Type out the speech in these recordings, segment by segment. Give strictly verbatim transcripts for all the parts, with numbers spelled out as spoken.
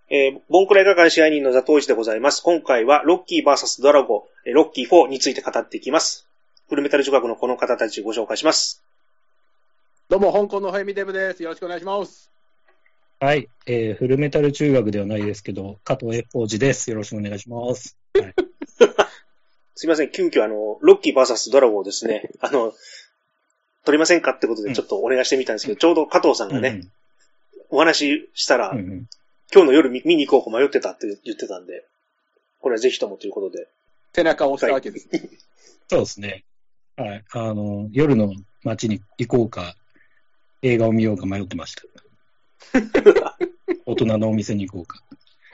えー、ボンクラ映画館支配人のザトウイチでございます。今回はロッキー ブイエス ドラゴ、ロッキーフォーについて語っていきます。フルメタル女学のこの方たちをご紹介します。 どうも、香港のフェミデブです。よろしくお願いします。 はい、えー、フルメタル中学ではないですけど、加藤エフォージです。よろしくお願いします。はい、 すいません、急遽あの、ロッキー ブイエス ドラゴをですね、あの、撮りませんかってことでちょっとお願いしてみたんですけど、うん、ちょうど加藤さんがね、うんうん、お話ししたら、うんうん、今日の夜見に行こうか迷ってたって言ってたんで、これはぜひともということで。 背中を押したわけです。はい、 そうですね。はい。あの、夜の街に行こうか、映画を見ようか迷ってました。大人のお店に行こうか。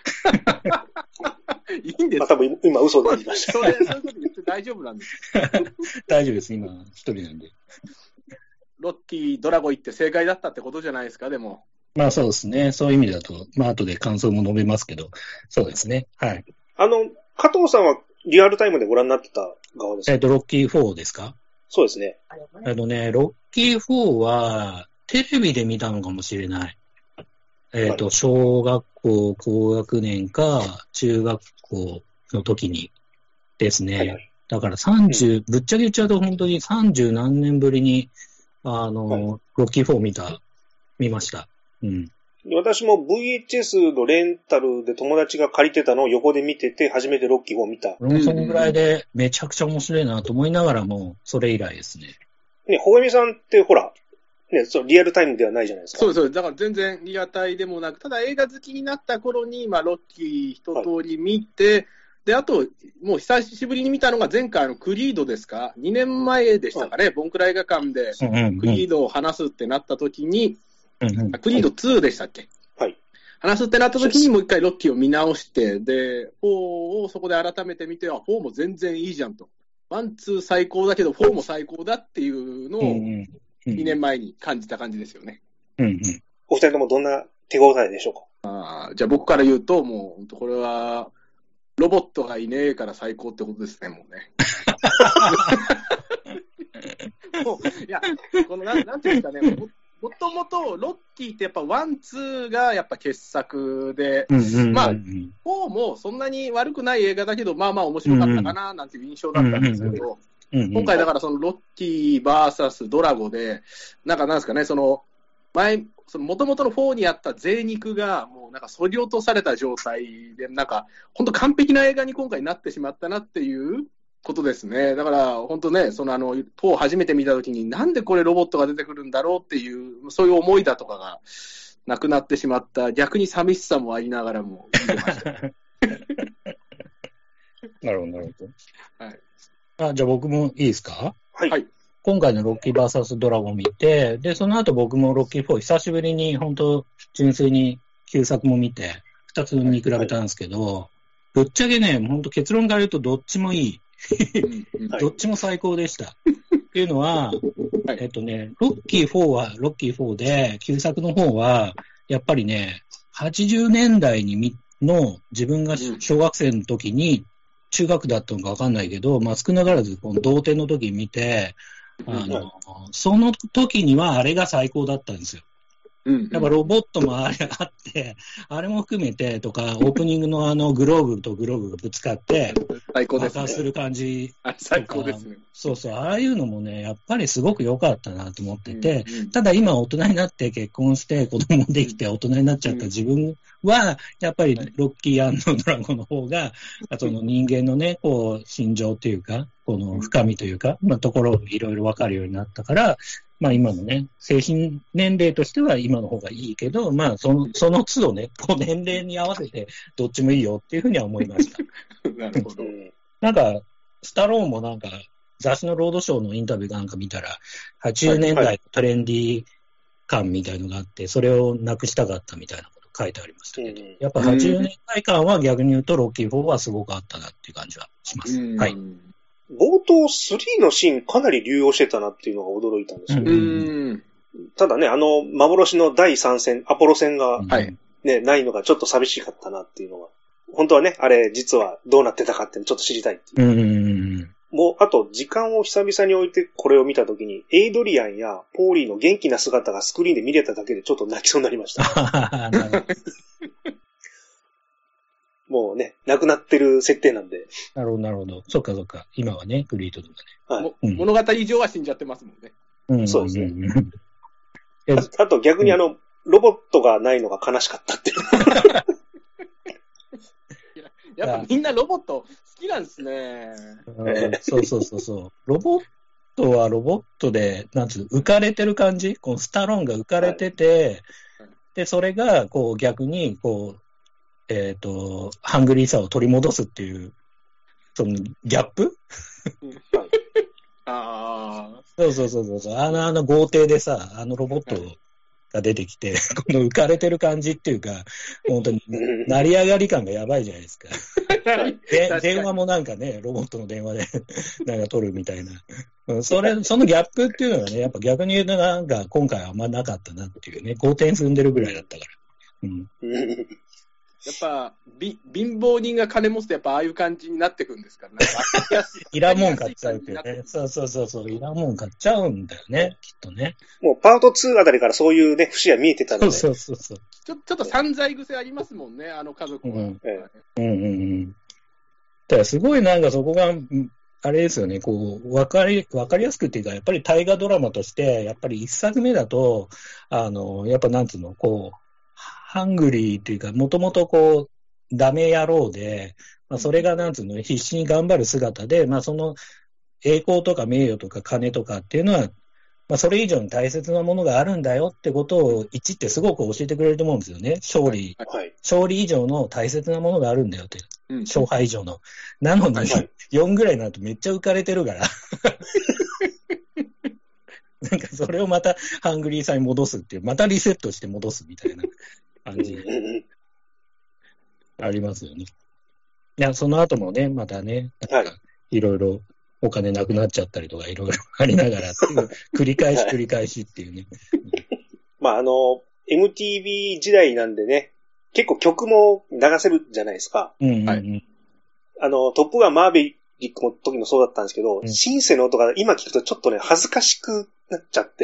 いいんですか、 まあ、多分今嘘で言いました。 それ、そういうこと言って大丈夫なんですか大丈夫です。今、一人なんで。 ロッキー、ドラゴ行って正解だったってことじゃないですか、でも。 まあそうですね。そういう意味だと、まあ後で感想も述べますけど、そうですね。はい。 あの、加藤さんはリアルタイムでご覧になってた側ですか？ えっと、ロッキーフォーですか？ そうですね。 あのね、ロッキーフォーは、テレビで見たのかもしれない。えっと、はい、小学校高学年か、中学校の時にですね。はいはい、だからさんじゅう、うん、ぶっちゃけ言っちゃうと本当にさんじゅう何年ぶりに、あの、はい、ロッキーフォー見た、見ました。うん。 私も ブイエイチエス のレンタルで友達が借りてたのを横で見てて、初めてロッキーを見た。 俺もそのぐらいでめちゃくちゃ面白いなと思いながらも、それ以来ですね。 ね、ほがみさんってほら、ね、そうリアルタイムではないじゃないですか。 そうです。だから全然リアタイでもなく、ただ映画好きになった頃に、まあ、ロッキー一通り見て、はい、で、あと、もう久しぶりに見たのが前回のクリードですか？ に 年前でしたかね、はい、ボンクラ映画館でクリードを話すってなった時に、うんうん、クリードツーでしたっけ？ はい。 話すってなった時にもう一回ロッキーを見直して、で、フォーをそこで改めて見て、あ、フォーも全然いいじゃんと。ワン、ツー最高だけど、フォーも最高だっていうのをにねんまえに感じた感じですよね。 うんうん、 お二人ともどんな手応えでしょうか？ あ、じゃあ僕から言うと、もう、これは、ロボットがいねえから最高ってことですね、もうね。もういや、このなん、なんていうんですかね、も、もともとロッキーってやっぱワン、ツーがやっぱ傑作で、うんうんうん、まあ、フォーもそんなに悪くない映画だけど、まあまあ面白かったかななんていう印象だったんですけど、うんうんうん、今回だからそのロッキー ブイエス ドラゴで、なんかなんですかね、その、前、その元々のフォーにあった贅肉がもうなんか削ぎ落とされた状態で、なんか本当完璧な映画に今回なってしまったなっていうことですね。だから本当ね、そのあの、フォーを初めて見たときになんでこれロボットが出てくるんだろうっていう、そういう思いだとかがなくなってしまった、逆に寂しさもありながらも見てました。 なるほど、なるほど。 はい。 あ、じゃあ僕もいいですか？ はい。はい、 今回のロッキー ブイエス ドラゴン見て、で、その後僕もロッキーフォー久しぶりに本当純粋に旧作も見て、二つ見比べたんですけど、はいはい、ぶっちゃけね、本当結論から言うとどっちもいい。どっちも最高でした。っていうのは、はい、えっとね、ロッキーフォーはロッキーフォーで、旧作の方は、やっぱりね、はちじゅうねんだいにみの自分が小学生の時に、中学だったのかわかんないけど、まあ少なからずこの同点の時に見て、あの、その時にはあれが最高だったんですよ。うんうん、やっぱロボットもあれあって、あれも含めてとか、オープニングのあのグローブとグローブがぶつかって、 最高ですね。 爆破する感じとか、 最高ですね。 そうそう、ああいうのもね、やっぱりすごく良かったなと思ってて、うんうん、ただ今大人になって結婚して子供できて大人になっちゃった自分は、やっぱりロッキー&ドラゴンの方が、その人間のね、こう、心情というか、この深みというか、のところをいろいろ分かるようになったから、まあ今のね、精神年齢としては今の方がいいけど、まあその、その都度ね、こう年齢に合わせてどっちもいいよっていうふうには思いました。 なるほど。 なんか、スタローンもなんか、雑誌のロードショーのインタビューなんか見たら、はちじゅうねんだいのトレンディー感みたいのがあって、それをなくしたかったみたいなこと書いてありましたけど、やっぱはちじゅうねんだい感は逆に言うとロッキーフォーはすごくあったなっていう感じはします。はい。 冒頭スリーのシーンかなり流用してたなっていうのが驚いたんですよね。うんただね、あの幻のだいさん戦、アポロ戦が、ね、うん、ないのがちょっと寂しかったなっていうのが。本当はね、あれ実はどうなってたかっていうのちょっと知りたいっていう。うんもう、あと時間を久々に置いてこれを見たときに、エイドリアンやポーリーの元気な姿がスクリーンで見れただけでちょっと泣きそうになりました。 もうね、亡くなってる設定なんで。 なるほど、なるほど。そっかそっか。今はね、クリートとかね。はい。物語以上は死んじゃってますもんね。 うん、そうですね。あ, あと逆にあの、うん、ロボットがないのが悲しかったっていう。 やっぱみんなロボット好きなんですね。 そうそうそうそう。ロボットはロボットで、なんつう、浮かれてる感じ、こうスタローンが浮かれてて、はい、で、それが、こう逆に、こう、えっ、ー、と、ハングリーさを取り戻すっていう、そのギャップああ。 そうそうそうそう。あの、あの豪邸でさ、あのロボットが出てきて、この浮かれてる感じっていうか、本当に、成り上がり感がやばいじゃないですか。で電話もなんかね、ロボットの電話でなんか取るみたいな。それ、そのギャップっていうのがね、やっぱ逆に言うとなんか今回はあんまなかったなっていうね、好転住んでるぐらいだったから。うん。 やっぱ、び、貧乏人が金持つとやっぱああいう感じになってくんですからね。 いらんもん買っちゃうっていうね。そうそうそうそう、いらんもん買っちゃうんだよね、きっとね。 もうパートツーあたりからそういうね、節は見えてたので。 そうそうそうそう。 ちょ、ちょっと散財癖ありますもんね、あの家族は。うん、 ええ、うんうんうん。だからすごいなんかそこが、あれですよね、こう、わかり、わかりやすくっていうか、やっぱり大河ドラマとして、やっぱり一作目だと、あの、やっぱなんつうの、こう、ハングリーっていうか、もともとこう、ダメ野郎で、まあ、それがなんつうの、必死に頑張る姿で、まあその栄光とか名誉とか金とかっていうのは、まあそれ以上に大切なものがあるんだよってことをいちってすごく教えてくれると思うんですよね。勝利、はい、勝利以上の大切なものがあるんだよって、うん、勝敗以上の。なのに、はい、よんぐらいになるとめっちゃ浮かれてるから。なんかそれをまたハングリーさに戻すっていう、またリセットして戻すみたいな感じ。ありますよね。いや、その後もね、またね、なんかいろいろお金なくなっちゃったりとか、いろいろありながらっていう、繰り返し繰り返しっていうね。 まあ、あの、エムティービー 時代なんでね、結構曲も流せるじゃないですか。 うんうんうん、 はい。あの、トップガンマーヴェリックの時もそうだったんですけど、うん、シンセの音が今聞くとちょっとね、恥ずかしくなっちゃって、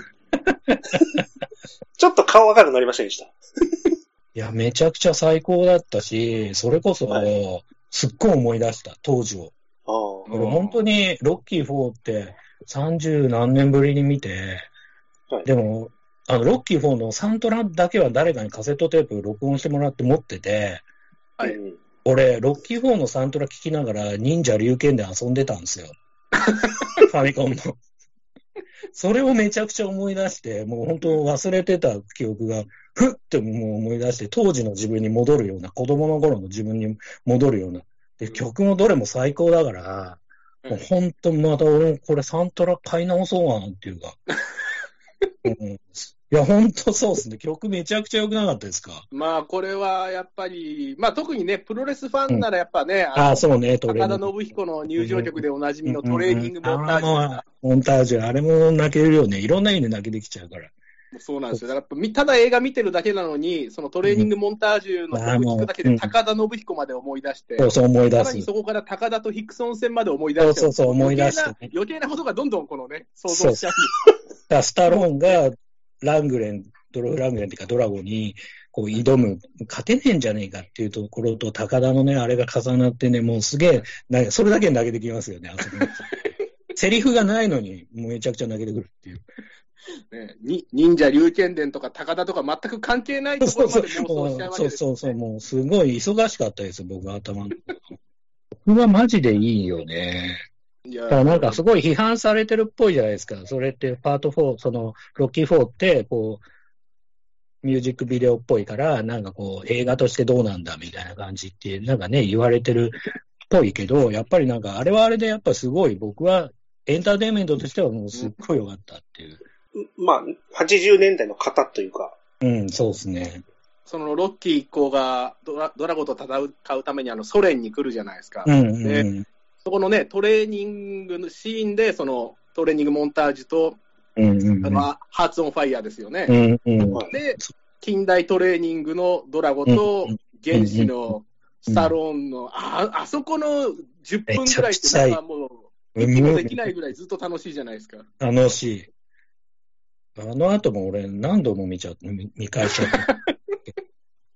ちょっと顔赤くなりませんでした。 いや、めちゃくちゃ最高だったし、それこそ、はい、すっごい思い出した、当時を。 あ俺本当にロッキーフォーってさんじゅうなんねんぶりに見て、はい、でも、あの、ロッキーフォーのサントラだけは誰かにカセットテープ録音してもらって持ってて、 はい、 俺、ロッキーフォーのサントラ聴きながら忍者龍剣で遊んでたんですよ。ファミコンの。それをめちゃくちゃ思い出して、もう本当忘れてた記憶が、ふってもう思い出して、当時の自分に戻るような、子供の頃の自分に戻るような。で、曲もどれも最高だから、うん、もう本当また俺もこれサントラ買い直そうかなっていうか。うん、いや、本当そうですね。曲めちゃくちゃ良くなかったですか。 まあ、これはやっぱり、まあ特にね、プロレスファンならやっぱね、 うん、ああ、そうね、 高田信彦の入場曲でおなじみのトレーニングモンタージュ、うんうんうん、 モンタージュ、あれも泣けるよね。いろんな意味で泣けてきちゃうから。 そうなんですよ。だからただ映画見てるだけなのに、そのトレーニングモンタージュの曲聴くだけで高田信彦まで思い出して、 そうそう思い出す。 さらにそこから高田とヒクソン戦まで思い出して、 そうそうそう思い出して、 ね、余計なことがどんどんこのね、想像しちゃう。 だスタローンがラングレン、ドロフラングレンっていうかドラゴンにこう挑む、勝てねえんじゃねえかっていうところと高田のね、あれが重なってね、もうすげえ、なんかそれだけに投げてきますよね、あそこに。セリフがないのに、もうめちゃくちゃ投げてくるっていう。 ね、に忍者龍剣伝とか高田とか全く関係ないところまで妄想しちゃうわけです、ね、 そうそうそう、もうすごい忙しかったです、僕は頭の。僕はマジでいいよね。いやだからなんかすごい批判されてるっぽいじゃないですか。それってパートフォー、そのロッキーフォーってこうミュージックビデオっぽいから、なんかこう映画としてどうなんだみたいな感じってなんかね言われてるっぽいけど、やっぱりなんかあれはあれでやっぱすごい僕はエンターテインメントとしてはもうすっごい良かったっていう。 まあ、はちじゅうねんだいの型というか。 うん、そうですね。 そのロッキー一行がドラ、ドラゴンと戦うためにあのソ連に来るじゃないですか。 うんうんうん、 で、そこのね、トレーニングのシーンで、そのトレーニングモンタージュと、 うんうんうん、 あのハーツオンファイヤーですよね。 うんうん、 で、近代トレーニングのドラゴと、原始のスタローンの、うんうん、あ、あそこのじゅっぷんぐらいってなんかもう、息もできないぐらいずっと楽しいじゃないですか。 楽しい。あの後も俺何度も見ちゃって、見返しちゃった。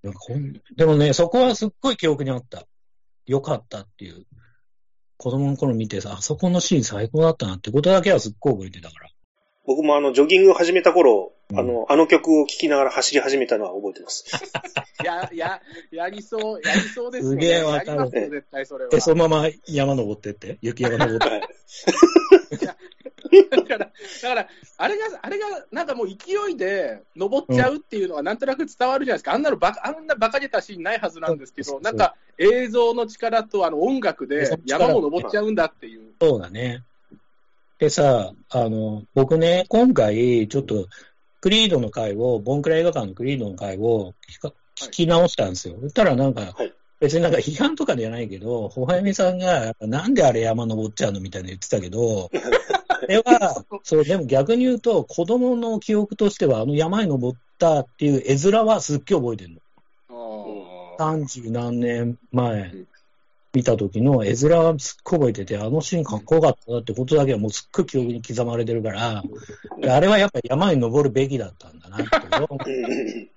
でもね、そこはすっごい記憶にあった。よかったっていう。子供の頃見てさ、あそこのシーン最高だったなってことだけはすっごい覚えてたから。 僕もあの、ジョギングを始めた頃、うん、あの、あの曲を聴きながら走り始めたのは覚えてます。 や、や、やりそう、やりそうですね。 すげえわかる。 絶対それは。 で、そのまま山登ってって、雪山登っていやだから、だから、あれが、あれが、なんかもう勢いで登っちゃうっていうのはなんとなく伝わるじゃないですか。うん、あんなのバカ、あんなバカげたシーンないはずなんですけど、なんか映像の力とあの音楽で山も登っちゃうんだっていう。 そうだね。でさ、あの、僕ね、今回、ちょっと、クリードの回を、ボンクラ映画館のクリードの回を聞き直したんですよ。そしたらなんか、はい、別になんか批判とかじゃないけど、ほはやみさんが、なんであれ山登っちゃうのみたいな言ってたけど、あれは、そう、でも逆に言うと、子供の記憶としては、あの山に登ったっていう絵面はすっげえ覚えてるの。三十何年前。見た時の絵面はすっごい覚えてて、あのシーンかっこよかったなってことだけはもうすっごい記憶に刻まれてるから、あれはやっぱり山に登るべきだったんだなって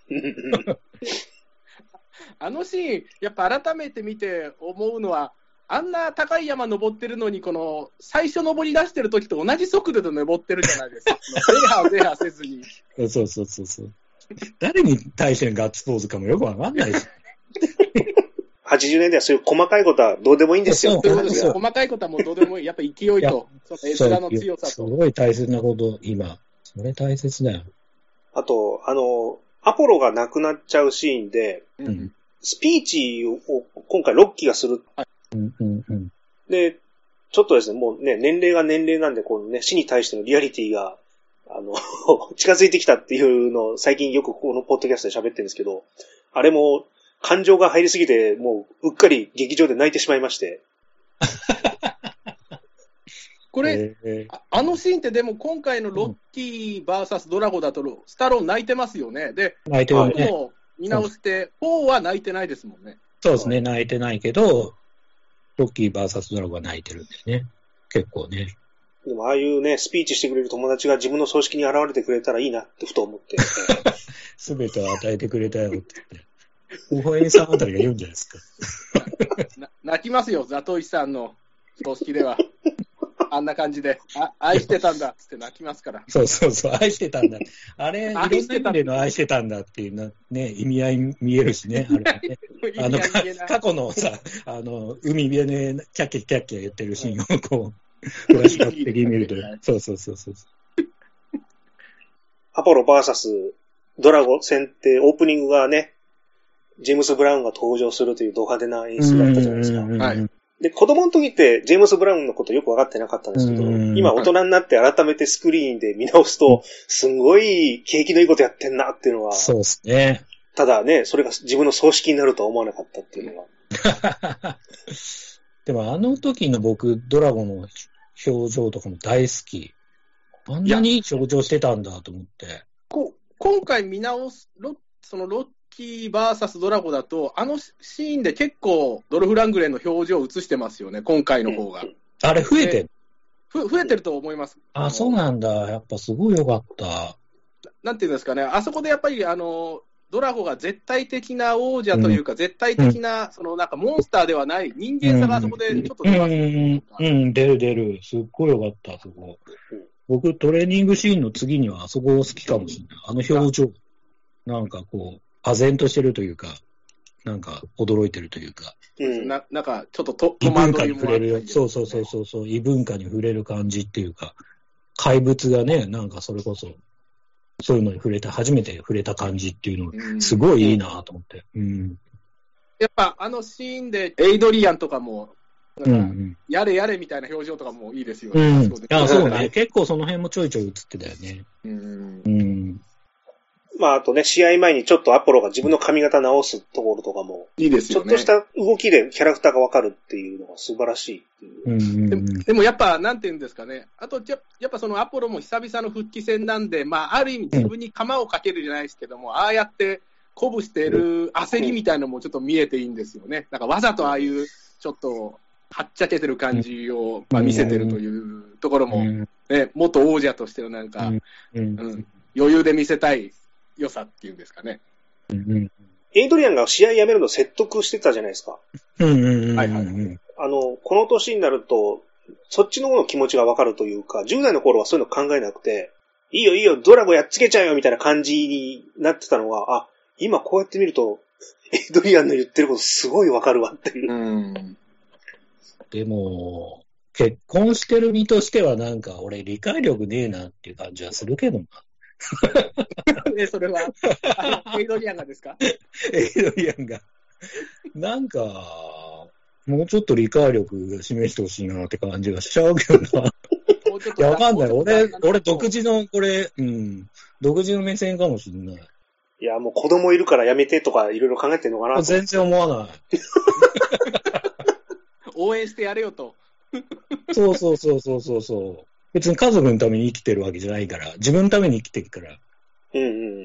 あのシーン、やっぱ改めて見て思うのは、あんな高い山登ってるのに、この最初登り出してる時と同じ速度で登ってるじゃないですか。ゼハゼハせずに。 そうそうそうそう。誰に対してのガッツポーズかもよくわかんないし。 はちじゅうねんだいはそういう細かいことはどうでもいいんですよ。 そうですよ。細かいことはもうどうでもいい。やっぱ勢いと、その絵面の強さと。 すごい大切なこと、今。それ大切だよ。 あと、あの、アポロが亡くなっちゃうシーンで、うん、スピーチを今回ロッキーがする。はいうんうんうん、 で、ちょっとですね、もうね、年齢が年齢なんで、このね、死に対してのリアリティが、あの、近づいてきたっていうのを最近よくこのポッドキャストで喋ってるんですけど、あれも、感情が入りすぎて、もう、うっかり劇場で泣いてしまいまして。 これ、えーあ、あのシーンってでも今回のロッキー ブイエス ドラゴだと、スタローン泣いてますよね。で、 泣いてるね。 僕も見直して、フォーは泣いてないですもんね。 そうですね、泣いてないけど、ロッキー ブイエス ドラゴは泣いてるんですね。結構ね。 でも、ああいうね、スピーチしてくれる友達が自分の葬式に現れてくれたらいいなってふと思って。 すべてを与えてくれたよって言って。おほえんさんあたりが言うんじゃないですか。 な泣きますよ、ザトウイさんの葬式では。あんな感じで、あ愛してたんだっつって泣きますから。 そうそうそう、愛してたんだ。あれ、いろんな意味での愛してたんだっていうのね、意味合い見えるしね。あれねあの過去のさ、あの、海辺でキャッキャキャッキャ言ってるシーンをこう、フラッシュバック的に見ると、そうそうそうそう。 アポロ ブイエス ドラゴ戦ってオープニングがね、ジェームス・ブラウンが登場するというド派手な演出だったじゃないですか。はい。で、子供の時ってジェームス・ブラウンのことよく分かってなかったんですけど、今大人になって改めてスクリーンで見直すと、すんごい景気のいいことやってんなっていうのは。 そうですね。 ただね、それが自分の葬式になるとは思わなかったっていうのが。 でもあの時の僕、ドラゴンの表情とかも大好き。あんなにいい表情してたんだと思って。 こ今回見直す、ロそのロッキー ブイエス ドラゴだと、あのシーンで結構ドルフ・ラングレンの表情を映してますよね、今回の方が。 あれ増えてるふ増えてると思います。 あ、そうなんだ。やっぱすごいよかった。 なんていうんですかね、あそこでやっぱりあのドラゴが絶対的な王者というか、うん、絶対的な、そのなんかモンスターではない人間さがあそこでちょっと出ますよね。 うん、うんうん、出る出る。すっごいよかった、そこ。僕、トレーニングシーンの次にはあそこ好きかもしれない。あの表情。なんかこう、唖然としてるというか、なんか驚いてるというか。 うん、ななんかちょっとと異文化に触れる、そうそうそうそうそう、異文化に触れる感じっていうか、怪物がね、なんかそれこそ、そういうのに触れた、初めて触れた感じっていうの、すごいいいなと思って。うん、 やっぱあのシーンで、エイドリアンとかも、なんかうんうん、やれやれみたいな表情とかもいいですよね。 うん、あそうね。結構その辺もちょいちょい映ってたよね。うん。うん、 まあ、あとね、試合前にちょっとアポロが自分の髪型直すところとかも、 いいですよね。 ちょっとした動きでキャラクターがわかるっていうのが素晴らしいっていう。うんうん、で, でもやっぱ、なんていうんですかね。あと、やっぱそのアポロも久々の復帰戦なんで、まあ、ある意味自分に釜をかけるじゃないですけども、うん、ああやって鼓舞している焦りみたいなのもちょっと見えていいんですよね。なんかわざとああいう、ちょっと、はっちゃけてる感じを、まあ、見せてるというところも、ね、元王者としてのなんか、うんうん、余裕で見せたい良さっていうんですかね。 うんうん、 エイドリアンが試合やめるのを説得してたじゃないですか。 うんうんうんうん。 はいはい。あの、この年になると、そっちの方の気持ちがわかるというか、じゅう代の頃はそういうの考えなくて、いいよいいよ、ドラゴやっつけちゃうよみたいな感じになってたのが、あ、今こうやって見ると、エイドリアンの言ってることすごいわかるわっていう。うん。 でも、結婚してる身としてはなんか俺理解力ねえなっていう感じはするけどな。 え、それは、あのエイドリアンがですか？ エイドリアンが。なんか、もうちょっと理解力示してほしいなって感じがしちゃうけどな。いや、わかんない。俺、俺独自の、これ、うん、独自の目線かもしれない。 いや、もう子供いるからやめてとかいろいろ考えてんのかな。 全然思わない。 応援してやれよと。 そうそうそうそうそうそう。別に家族のために生きてるわけじゃないから、自分のために生きてるから。 うんうん。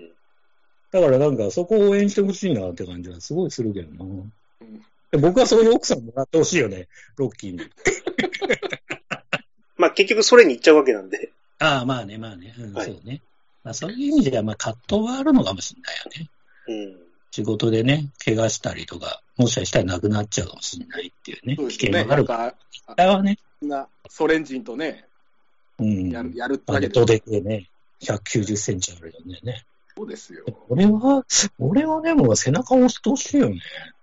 だからなんかそこを応援してほしいなって感じはすごいするけどな。うん、僕はそういう奥さんもらってほしいよね、ロッキーに。 まあ結局それに行っちゃうわけなんで。 ああ、まあね、まあね。うん、はい、そうね。まあそういう意味では、まあ葛藤はあるのかもしれないよね。うん。仕事でね、怪我したりとか、もしかしたらなくなっちゃうかもしれないっていうね。危険があるから。あれはね。 なソ連人とね、 うん。 やる、やるってわけで。ドデクでね、ひゃくきゅうじゅっセンチあるよね。 そうですよ。 俺は、俺はでも背中を押してほしいよね。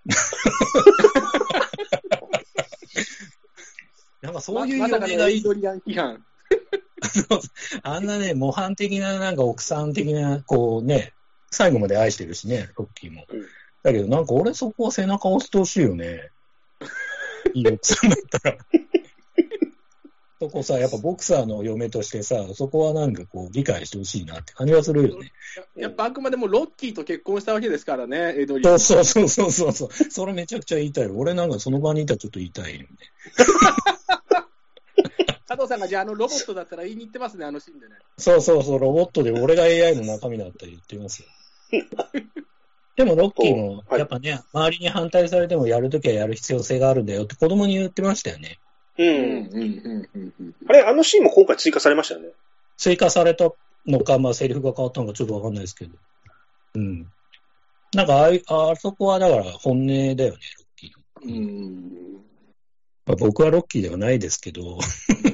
なんかそういう嫁がいい。まさかのエイドリアン批判。 あんなね、模範的な、なんか奥さん的な、こうね、最後まで愛してるしね、ロッキーも。うん、だけどなんか俺そこは背中押してほしいよね。いい奥さんだったら。そこさ、やっぱボクサーの嫁としてさ、そこはなんかこう理解してほしいなって感じはするよね。 やっぱあくまでもロッキーと結婚したわけですからね、エイドリアン。 そうそうそうそうそう。それめちゃくちゃ言いたいよ。俺なんかその場にいたらちょっと言いたいよね。 加藤さんがじゃああのロボットだったら言いに行ってますね、あのシーンでね。 そうそうそう、ロボットで俺が エーアイ の中身だったら言ってますよ。でもロッキーもやっぱね、周りに反対されてもやるときはやる必要性があるんだよって子供に言ってましたよね。 うんうんうんうん。あれ、あのシーンも今回追加されましたよね。 追加されたのか、まあセリフが変わったのかちょっとわかんないですけど。うん。なんかあ、あそこはだから本音だよね、ロッキーの。うん。まあ、僕はロッキーではないですけど、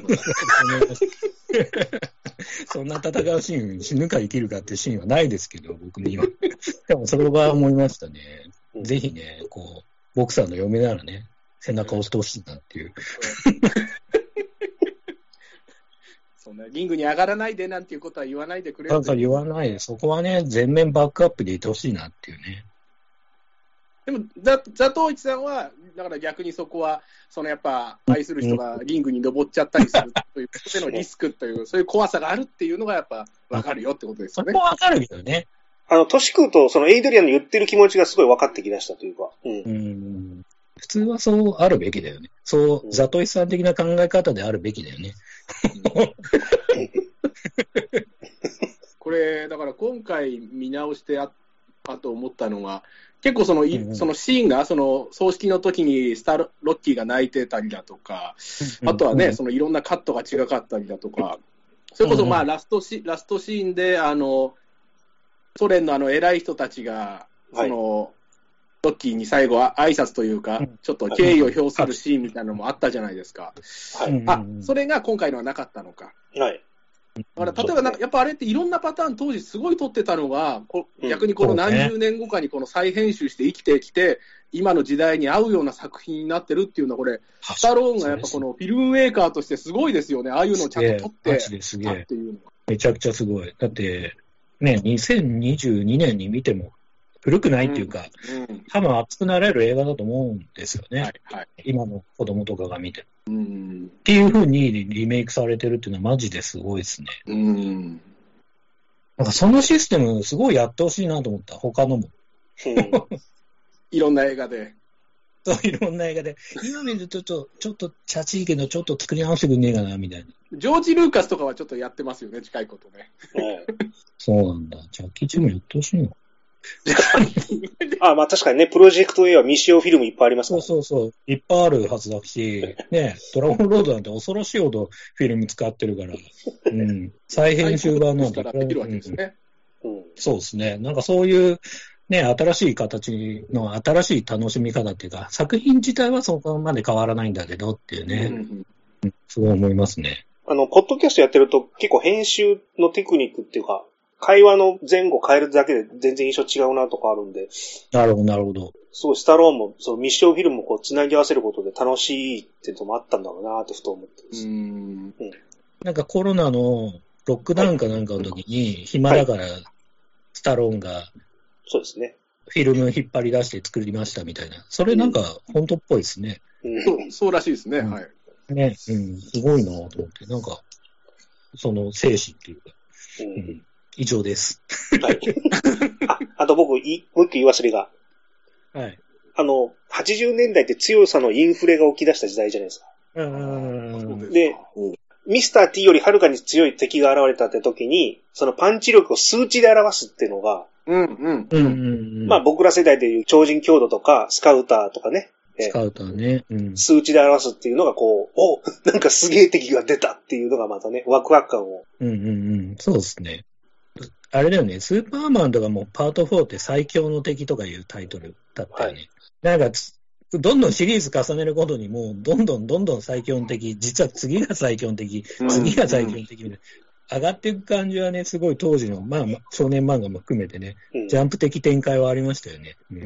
そんな戦うシーン、死ぬか生きるかっていうシーンはないですけど、僕には。でもそれは思いましたね。うん、ぜひね、こう、ボクサーの嫁ならね、背中を押してほしいなっていう。 そんなリングに上がらないでなんていうことは言わないでくれる。 なんか言わないで、そこはね、全面バックアップでいてほしいなっていうね。 でも、ザ・ザトウイチさんは、だから逆にそこは、そのやっぱ、愛する人がリングに登っちゃったりするということでのリスクという、そういう怖さがあるっていうのがやっぱ分かるよってことですよね。 そこは分かるけどね。 あの、年食うと、そのエイドリアンの言ってる気持ちがすごい分かってきだしたというか。うん。 うん普通はそうあるべきだよね。そう、うん、ザトイさん的な考え方であるべきだよね。 これ、だから今回見直してああと思ったのが、結構その、うんうん、そのシーンが、その葬式の時にスターロッキーが泣いてたりだとか、あとはね、うんうん、そのいろんなカットが違かったりだとか、それこそまあラストシ、ラストシーンで、あの、ソ連のあの偉い人たちが、その、はいロッキーに最後は挨拶というか、ちょっと敬意を表するシーンみたいなのもあったじゃないですか。はい、あ、それが今回のはなかったのか。 はい。 だから例えばなんか、やっぱあれっていろんなパターン当時すごい撮ってたのが、こ逆にこの何十年後かにこの再編集して生きてきて、今の時代に合うような作品になってるっていうのは、これ、スタローンがやっぱこのフィルムメーカーとしてすごいですよね。ああいうのをちゃんと撮ってたっていうのは。 めちゃくちゃすごい。だって、ね、にせんにじゅうにねんに見ても、古くないっていうか、うんうん、多分熱くなれる映画だと思うんですよね。はいはい、今の子供とかが見て。うん、っていう風にリメイクされてるっていうのはマジですごいですね。うん、なんかそのシステムすごいやってほしいなと思った、他のも。 いろんな映画で。 そう、いろんな映画で。今見るとちょっと、ちょっとチャチいけど、ちょっと作り直してくんねえかな、みたいな。 ジョージ・ルーカスとかはちょっとやってますよね、近いことね。 そうなんだ。ジャッキーチームやってほしいの。 あまあ確かにね、プロジェクト A は未使用フィルムいっぱいありますから、ね。 そうそうそう。いっぱいあるはずだし、ね、ドラゴンロードなんて恐ろしいほどフィルム使ってるから、うん。再編集版なんて。 できるわけですね。 うん、そうですね。なんかそういうね、新しい形の新しい楽しみ方っていうか、作品自体はそこまで変わらないんだけどっていうね、うんうん、すごい思いますね。 あの、ポッドキャストやってると結構編集のテクニックっていうか、会話の前後変えるだけで全然印象違うなとかあるんで。 なるほど、なるほど。 すごいスタローンも、そのミッションフィルムをこう繋ぎ合わせることで楽しいっていうのもあったんだろうなってふと思ってます。うーん、 うん。なんかコロナのロックダウンかなんかの時に、暇だからスタローンが、 そうですね。 フィルム引っ張り出して作りましたみたいな。それなんか本当っぽいですね。 うん、そう、そうらしいですね。うん、はい。 ね、うん、すごいなと思って、なんか、その精神っていうか、うん、うん、以上です。 はい。あ、あと僕、いもう一個言い忘れが。 はい。 あの、はちじゅうねんだいって強さのインフレが起き出した時代じゃないですか。 うん。 で、ミスター T よりはるかに強い敵が現れたって時に、そのパンチ力を数値で表すっていうのが、 うんうんうん。 まあ僕ら世代でいう超人強度とか、スカウターとかね。 スカウターね。 うん、数値で表すっていうのがこう、お、なんかすげえ敵が出たっていうのがまたね、ワクワク感を。 うんうんうん。そうですね。あれだよね、スーパーマンとかもパートフォーって最強の敵とかいうタイトルだったよね。はい、なんか、どんどんシリーズ重ねるごとにもう、どんどんどんどん最強の敵、実は次が最強の敵、次が最強の敵みたいな。上がっていく感じはね、すごい当時の、まあ、少年漫画も含めてね、うん、ジャンプ的展開はありましたよね。うんうん、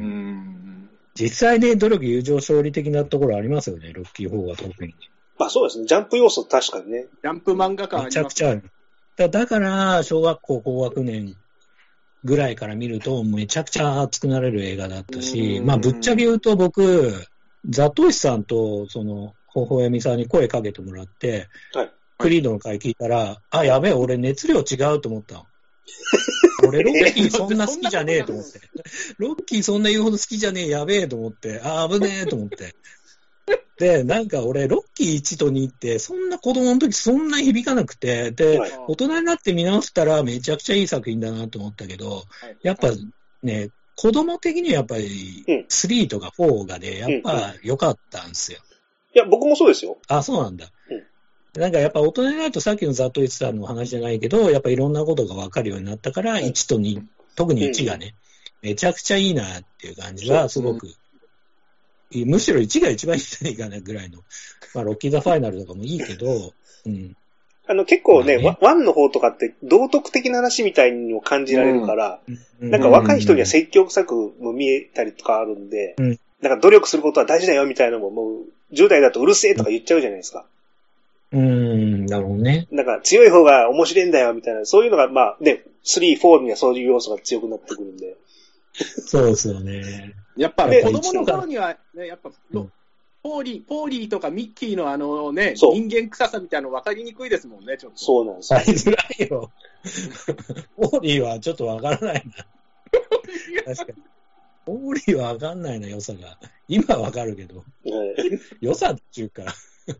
実際ね、努力、友情、勝利的なところありますよね、ロッキーフォーは特に。 まあそうですね、ジャンプ要素確かにね。 ジャンプ漫画感あります。 めちゃくちゃある。だ, だから、小学校高学年ぐらいから見ると、めちゃくちゃ熱くなれる映画だったし、まあぶっちゃけ言うと僕、ザトシさんと、その、ほほえみさんに声かけてもらって、 はい。 クリードの回聞いたら、あ、やべえ、俺熱量違うと思ったの。俺、ロッキーそんな好きじゃねえと思って。ロッキーそんな言うほど好きじゃねえ、やべえと思って、あ、危ねえと思って。で、なんか俺、ロッキーいちとにって、そんな子供の時そんな響かなくて、で、はい、大人になって見直したらめちゃくちゃいい作品だなと思ったけど、やっぱね、子供的にはやっぱりスリーとかフォーがね、やっぱ良かったんですよ。 いや、僕もそうですよ。 あ、そうなんだ。うん、なんかやっぱ大人になるとさっきのザットイツさんの話じゃないけど、やっぱいろんなことが分かるようになったから、いちとに、特にいちがね、うん、めちゃくちゃいいなっていう感じがすごく、うん、むしろいちが一番いいんじゃないかなぐらいの、まあロッキーザファイナルとかもいいけど、うん。 あの結構ね、まあねワンの方とかって道徳的な話みたいにも感じられるから、うん、なんか若い人には説教臭くも見えたりとかあるんで、うん、なんか努力することは大事だよみたいなのももうじゅう代だとうるせえとか言っちゃうじゃないですか。 うーん、なるほどね。 なんか強い方が面白いんだよみたいな、そういうのがまあね、スリー、フォーにはそういう要素が強くなってくるんで。 そうですよね。 やっぱ子供の頃にはね、やっぱ、うんポーリー、ポーリーとかミッキーのあのね、人間臭さみたいなの分かりにくいですもんね、ちょっと。 そうなんですよ。 分かりづらいよ。ポーリーはちょっと分からないな。確かに。ポーリーは分かんないな、良さが。今は分かるけど。はい、良さっていうか、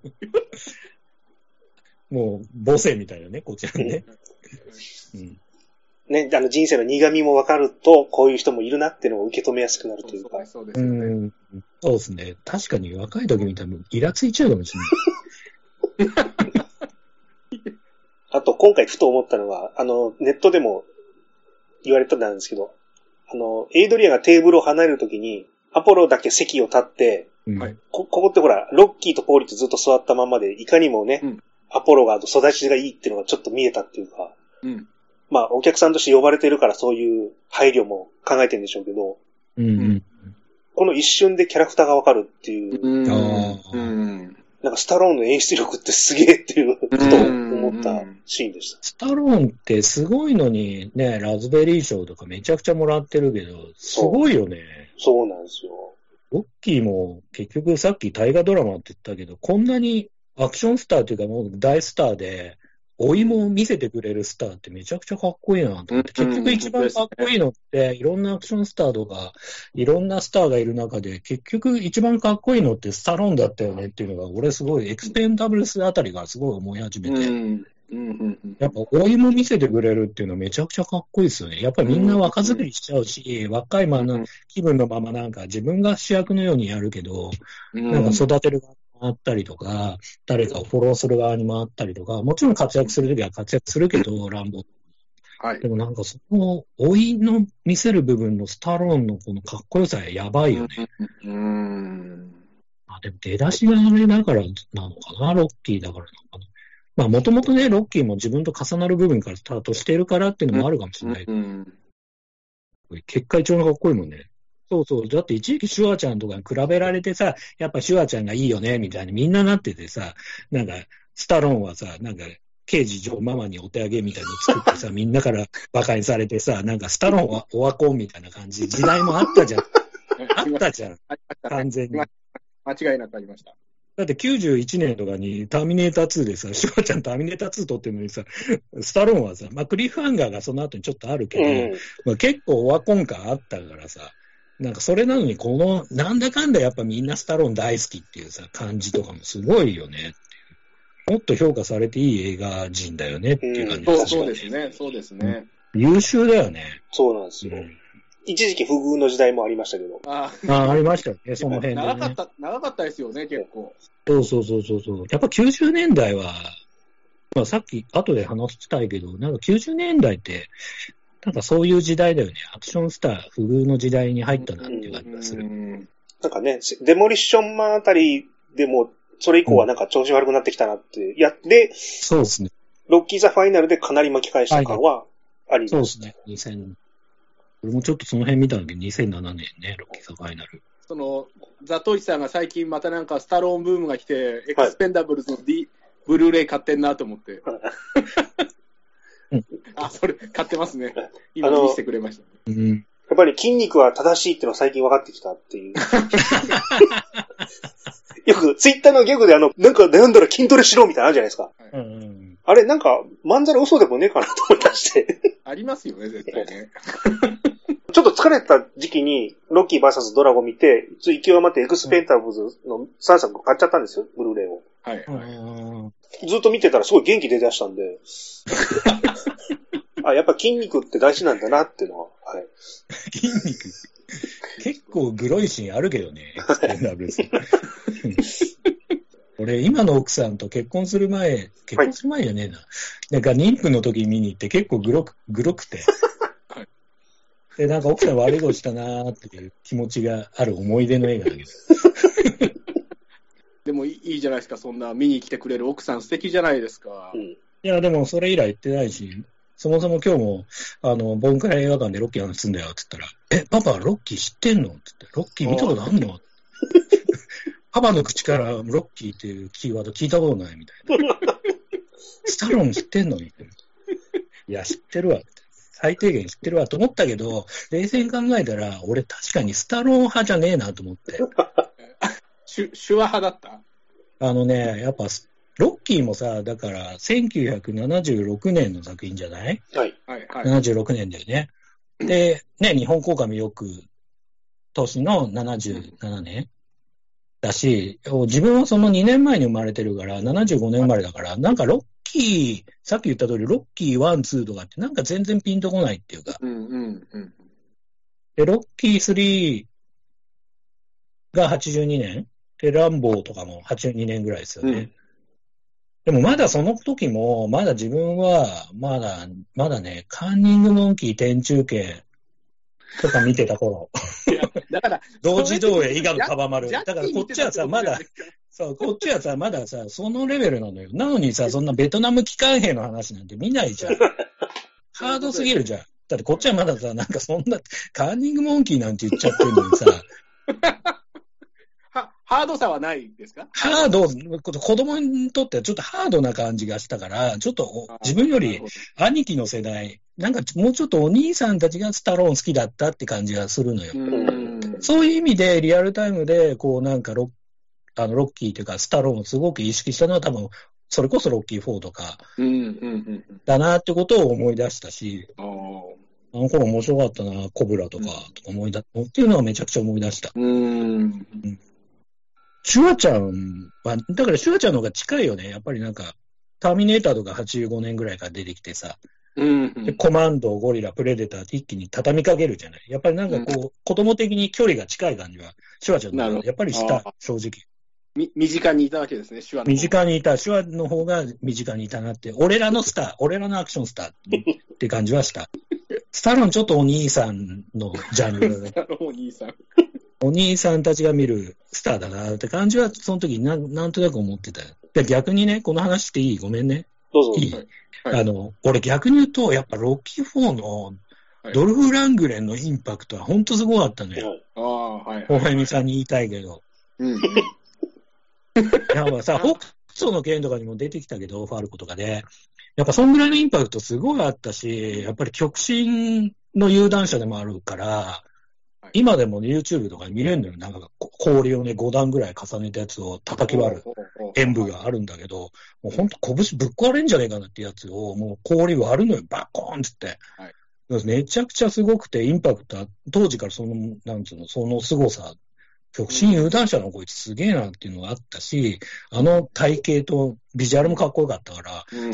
もう母性みたいなね、こちらね。うんね、あの人生の苦味も分かると、こういう人もいるなっていうのを受け止めやすくなるというか。 そうですよね。うん、そうですね。確かに若い時見たらイラついちゃうかもしれない。 あと、今回ふと思ったのは、あの、ネットでも言われたんですけど、あの、エイドリアンがテーブルを離れるときに、アポロだけ席を立って、うん、こ, ここってほら、ロッキーとポーリーってずっと座ったままで、いかにもね、うん、アポロが育ちがいいっていうのがちょっと見えたっていうか、うんまあ、お客さんとして呼ばれてるからそういう配慮も考えてるんでしょうけど、 うんうん、 この一瞬でキャラクターがわかるっていう、 うんうん、なんかスタローンの演出力ってすげえっていうことを思ったシーンでした。 スタローンってすごいのにね、ラズベリー賞とかめちゃくちゃもらってるけど、すごいよね。 そう、そうなんですよ。 ロッキーも結局さっき大河ドラマって言ったけど、こんなにアクションスターというかもう大スターで、老いも見せてくれるスターってめちゃくちゃかっこいいなと思って、結局一番かっこいいのって、いろんなアクションスターとか、いろんなスターがいる中で、結局一番かっこいいのってスタローンだったよねっていうのが、俺すごいエクスペンダブルスあたりがすごい思い始めて、やっぱ老いも見せてくれるっていうのはめちゃくちゃかっこいいですよね。やっぱりみんな若作りしちゃうし、若いまま気分のままなんか自分が主役のようにやるけど、なんか育てる側回ったりとか、誰かをフォローする側に回ったりとか、もちろん活躍するときは活躍するけど、乱暴。 はい。 でもなんかその、老いの見せる部分のスタローンのこのかっこよさやばいよね。 うーん。 あ、でも出だしがあれだからなのかな、ロッキーだからなのかな。まあもともとね、ロッキーも自分と重なる部分からスタートしてるからっていうのもあるかもしれない。 うんうんうん、結果一番かっこいいもんね。そうそう。だって一時期シュワちゃんとかに比べられてさ、やっぱシュワちゃんがいいよね、みたいにみんななっててさ、なんか、スタローンはさ、なんか、刑事上ママにお手上げみたいなの作ってさ、みんなから馬鹿にされてさ、なんかスタローンはオワコンみたいな感じ、時代もあったじゃん。あったじゃん。完全に。 間違いなくありました。 だってきゅうじゅういちねんとかにターミネーターツーでさ、シュワちゃんターミネーターツー撮ってるのにさ、スタローンはさ、まあクリフハンガーがその後にちょっとあるけど、うんまあ、結構オワコン感あったからさ、なんかそれなのにこの、なんだかんだやっぱみんなスタローン大好きっていうさ、感じとかもすごいよねっていう。もっと評価されていい映画人だよねっていう感じですね、うん。そうですね、そうですね。 優秀だよね。 そうなんですよ。うん一時期不遇の時代もありましたけど。 ああ、ありましたよね、その辺で、ね。 長かった、長かったですよね、結構。 そうそうそうそうそう。やっぱきゅうじゅうねんだいは、まあさっき後で話したいけど、なんかきゅうじゅうねんだいって、なんかそういう時代だよね。アクションスター不遇の時代に入ったなっていう感じがする。 なんかね、デモリッションマンあたりでも、それ以降はなんか調子悪くなってきたなってやって、うん、 そうですね。 ロッキーザファイナルでかなり巻き返した感はあります。 そうですね。にせん俺もちょっとその辺見たんだけど、にせんななねんね、ロッキーザファイナル。 その、ザトイチさんが最近またなんかスタローンブームが来て、エクスペンダブルズの、D ブルーレイ買ってんなと思って。あ、それ買ってますね。今見せてくれました、ねうん。 やっぱり筋肉は正しいっていうのは最近分かってきたっていう。よくツイッターのギャグであの、なんか悩んだら筋トレしろみたいなのあるじゃないですか。 はいうんうん、 あれなんか、まんざら嘘でもねえかなと思い出して。 ありますよね、絶対ね。 ちょっと疲れた時期に、ロッキー ブイエス ドラゴン見て、勢い余ってエクスペンタブルズのさんさく買っちゃったんですよ、ブルーレイを。 はい、はい。ずっと見てたらすごい元気出だしたんで。あ、やっぱ筋肉って大事なんだなっていうのは。はい。 筋肉結構グロいシーンあるけどね、エクスペンダブルズ。俺、今の奥さんと結婚する前、結婚する前じゃねえな。はい、なんか妊婦の時に見に行って結構グロく、グロくて。で、なんか奥さん悪いことしたなーっていう気持ちがある思い出の映画だけど。 でもいいじゃないですか、そんな見に来てくれる奥さん素敵じゃないですか。 うん、いや、でもそれ以来行ってないし、そもそも今日も、あの、ボンクラ映画館でロッキーの話すんだよって言ったら、え、パパロッキー知ってんのって言って、ロッキー見たことあんのパパの口からロッキーっていうキーワード聞いたことないみたいな。スタローン知ってんのみたいな。いや、知ってるわって。最低限知ってるわと思ったけど、冷静に考えたら、俺確かにスタローン派じゃねえなと思って。 シュ、シュワ派だった？ あのね、やっぱ、ロッキーもさ、だから、せんきゅうひゃくななじゅうろくねんの作品じゃない？ はい。 はい、はい。 ななじゅうろくねんだよね。で、ね、日本公開もよく、年のななじゅうななねんだし、自分はそのにねんまえに生まれてるから、ななじゅうごねん生まれだから、なんかロッキー、さっき言った通り、ロッキーワン、ツーとかってなんか全然ピンとこないっていうか。 うんうんうん。 で、ロッキースリーがはちじゅうにねんで、ランボーとかもはちじゅうにねんぐらいですよね。うん、でもまだその時も、まだ自分は、まだ、まだね、カンニングモンキー天中継とか見てた頃。 いや、だから、 同時上映、伊賀のカバマル。だからこっちはさ、まだ、そう、こっちはさ、まださ、そのレベルなのよ。なのにさ、そんなベトナム機関兵の話なんて見ないじゃん。ハードすぎるじゃん。だってこっちはまださ、なんかそんな、カンニングモンキーなんて言っちゃってるのにさ。 はハードさはないですか？ ハード、子供にとってはちょっとハードな感じがしたから、ちょっと自分より兄貴の世代、なんかもうちょっとお兄さんたちがスタローン好きだったって感じがするのよ。 うんそういう意味でリアルタイムで、こうなんかロッ、あのロッキーというかスタローンをすごく意識したのは多分、それこそロッキーフォーとかだなってことを思い出したし、 うんうんうん、 あの頃面白かったな、コブラとかとか思い出す、うん、っていうのはめちゃくちゃ思い出した。 うんうんシュワちゃんは、だからシュワちゃんの方が近いよね。やっぱりなんか、ターミネーターとかはちじゅうごねんぐらいから出てきてさ、 うんうん、 でコマンド、ゴリラ、プレデターって一気に畳みかけるじゃない。やっぱりなんかこう、うん、子供的に距離が近い感じは、シュワちゃんの方がやっぱりした、正直。 み、身近にいたわけですね、手話の。 身近にいた、手話の方が身近にいたなって、俺らのスター、俺らのアクションスターって感じはした。スタローンちょっとお兄さんのジャンルだね。 スタローンお兄さん。 お兄さんたちが見るスターだなって感じは、その時にな、なんとなく思ってたよ。で逆にね、この話していい？ごめんね。 どうぞ。 いい、 はいはい、 あの、俺逆に言うと、やっぱロッキーフォーのドルフ・ラングレンのインパクトは本当すごかったのよ。はい、 ああ、はい。 大泉さんに言いたいけど。うん。やっぱさ、北斗の剣とかにも出てきたけど、ファルコとかで。やっぱそんぐらいのインパクトすごいあったし、やっぱり極真の有段者でもあるから、はい、今でも YouTube とかに見れるのよ。なんか氷をね、ご段ぐらい重ねたやつを叩き割る演舞があるんだけど、もうほんと拳ぶっ壊れんじゃねえかなってやつを、もう氷割るのよ、バコーンつって。はい、めちゃくちゃすごくて、インパクトは、当時からその、なんつうの、その凄さ、極真有段者のこいつすげえなっていうのがあったし、あの体型とビジュアルもかっこよかったから、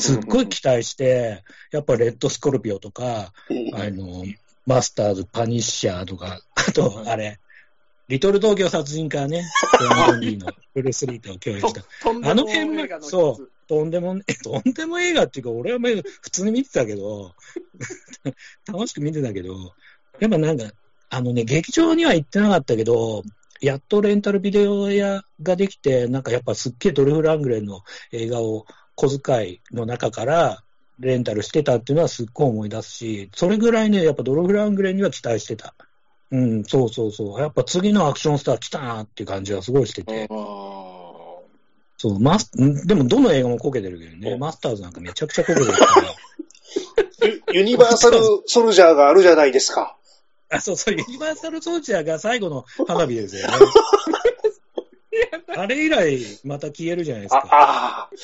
すっごい期待して、やっぱレッドスコルピオとか、あの、マスターズ、パニッシャーとか、あと、あれ、リトル東京殺人家ね、トランドリーのブルース・リーと共演した。あの辺も、そう、とんでも、え、とんでも映画っていうか、俺は普通に見てたけど、楽しく見てたけど、やっぱなんか、あのね、劇場には行ってなかったけど、やっとレンタルビデオ屋ができて、なんかやっぱすっげえドルフ・ラングレンの映画を小遣いの中からレンタルしてたっていうのはすっごい思い出すし、それぐらいね、やっぱドルフ・ラングレンには期待してた。うん、そうそうそう。やっぱ次のアクションスター来たなっていう感じはすごいしてて。そう、マス、でもどの映画もこけてるけどね、マスターズなんかめちゃくちゃこけてるから。 ユ, ユニバーサルソルジャーがあるじゃないですか。 あ、そうそう、ユニバーサルソルジャーが最後の花火ですよね。あれ以来、また消えるじゃないですか。ああ。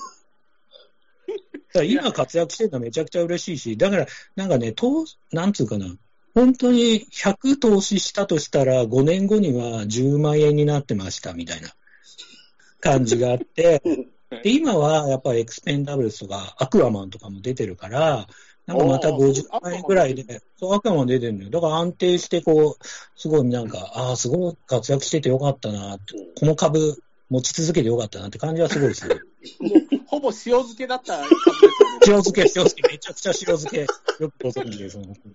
だ今活躍してるのはめちゃくちゃ嬉しいし、だから、なんかね、となんつうかな、本当にひゃく投資したとしたら、ごねんごにはじゅうまんえんになってましたみたいな感じがあって、で今はやっぱりエクスペンダブルスとか、アクアマンとかも出てるから、なんかまたごじゅうまんえんぐらいで、そう、アクアマン出てるのよ。だから安定して、こう、すごいなんか、ああ、すごい活躍しててよかったな、この株持ち続けてよかったなって感じはすごいする。 ほぼ塩漬けだった株ですよね。 塩漬け、塩漬け、めちゃくちゃ塩漬け。よくご存知です。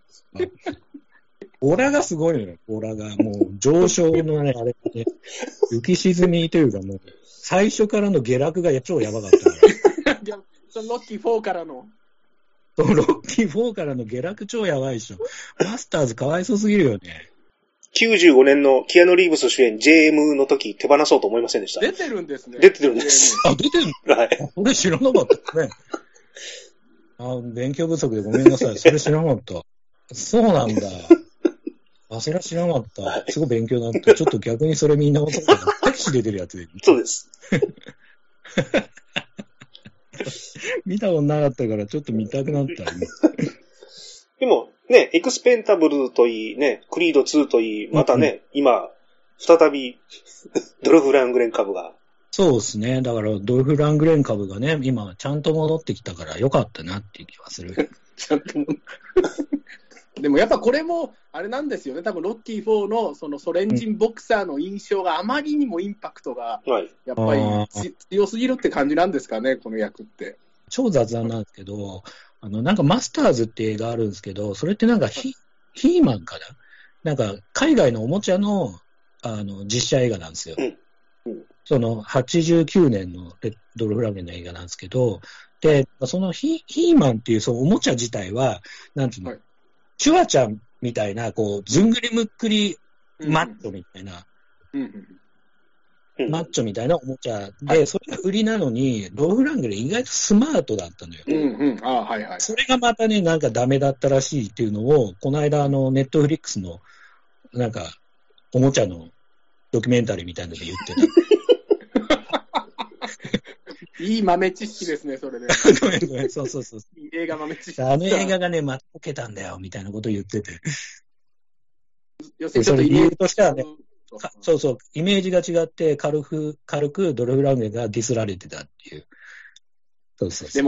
オラがすごいのよ、オラが。もう上昇のね、あれね、浮き沈みというかもう、最初からの下落が超やばかったから。 いや、そのロッキーフォーからの。 ロッキーフォーからの下落超やばいでしょ。マスターズかわいそうすぎるよね。 きゅうじゅうごねんのキアヌ・リーブス主演 ジェーエム の時手放そうと思いませんでした。 出てるんですね。 出てるんです。 あ、出てるの？はい。俺知らなかったね。あ、勉強不足でごめんなさい。それ知らなかった。そうなんだ。あ、それは知らなかった。すごい勉強になった。ちょっと逆にそれみんなことだ。タキシ出てるやつで。 そうです。 見たことなかったからちょっと見たくなった。 でもね、エクスペンタブルといいね、クリードツーといい、またね、うん、今、再びドルフ・ラングレン株が。 そうですね。だからドルフ・ラングレン株がね、今ちゃんと戻ってきたから良かったなっていう気はする。 ちゃんとでもやっぱこれもあれなんですよね。多分ロッキーフォーのそのソ連人ボクサーの印象があまりにもインパクトがやっぱり強すぎるって感じなんですかね、この役って。 超雑談なんですけど、あのなんかマスターズって映画あるんですけど、それってなんか ヒ, ヒーマンかな、なんか海外のおもちゃのあの実写映画なんですよ。うんうん、そのはちじゅうきゅうねんのドルフ・ラングレンの映画なんですけど、でその ヒ, ヒーマンっていうそのおもちゃ自体はなんていうの、はい、シュワちゃんみたいな、こう、ずんぐりむっくりマッチョみたいな、うんうん、マッチョみたいなおもちゃで、はい、それが売りなのに、ドルフ・ラングレン意外とスマートだったのよ。うんうん、あ、はいはい。それがまたね、なんかダメだったらしいっていうのを、この間、あの、ネットフリックスの、なんか、おもちゃのドキュメンタリーみたいなので言ってた。 いい豆知識ですね、それで。 ごめんごめん、そうそうそう。 いい映画豆知識。 あの映画がね、またこけたんだよ、みたいなことを言ってて。 要するにちょっと理由としてはね、そうそう、イメージが違って、軽く、軽くドルフ・ラングレンがディスられてたっていう。 そうそうそう。でも、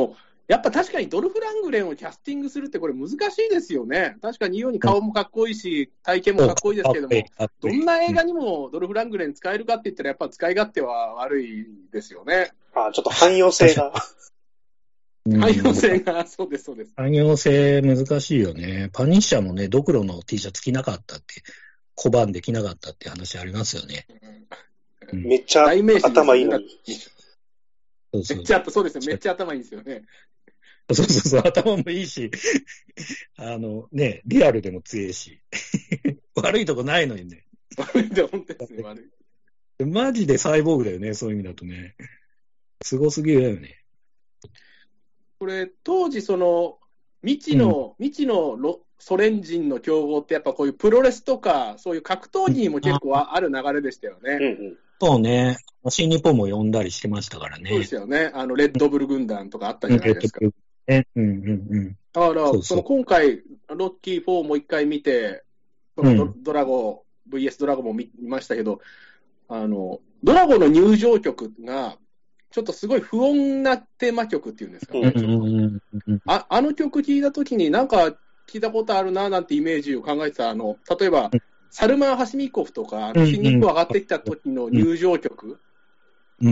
やっぱ確かにドルフ・ラングレンをキャスティングするってこれ難しいですよね。確かにように顔もかっこいいし、体型もかっこいいですけども、どんな映画にもドルフ・ラングレン使えるかって言ったらやっぱ使い勝手は悪いですよね。 あ、ちょっと汎用性が。 汎用性が、そうです、そうです。 汎用性難しいよね。パニッシャーもね、ドクロの T シャツ着なかったって、拒んで着なかったって話ありますよね。 うん、めっちゃ頭いいのに。 そうそうめっちゃ、そうですね。めっちゃ頭いいんですよね。 そうそうそう、頭もいいし、あのね、リアルでも強いし。悪いとこないのにね。 悪いと本当ですね、悪い。マジでサイボーグだよね、そういう意味だとね。すごすぎるよね。 これ、当時、その、未知の、うん、未知のロソ連人の競合って、やっぱこういうプロレスとか、そういう格闘技にも結構ある流れでしたよね。 うんうん、そうね。新日本も呼んだりしてましたからね。 そうですよね。あの、レッドブル軍団とかあったじゃないですか。 うんうんうん。 だから、そうそうその今回、ロッキーフォーもう一回見て、そのド、うん、ドラゴ、ブイエス ドラゴも見ましたけど、あの、ドラゴの入場曲が、ちょっとすごい不穏なテーマ曲っていうんですかね。うんうんうん、あ, あの曲聴いたときに、なんか聞いたことあるななんてイメージを考えてた、あの、例えば、サルマン・ハシミコフとか、新日本上がってきた時の入場曲。 うんうん。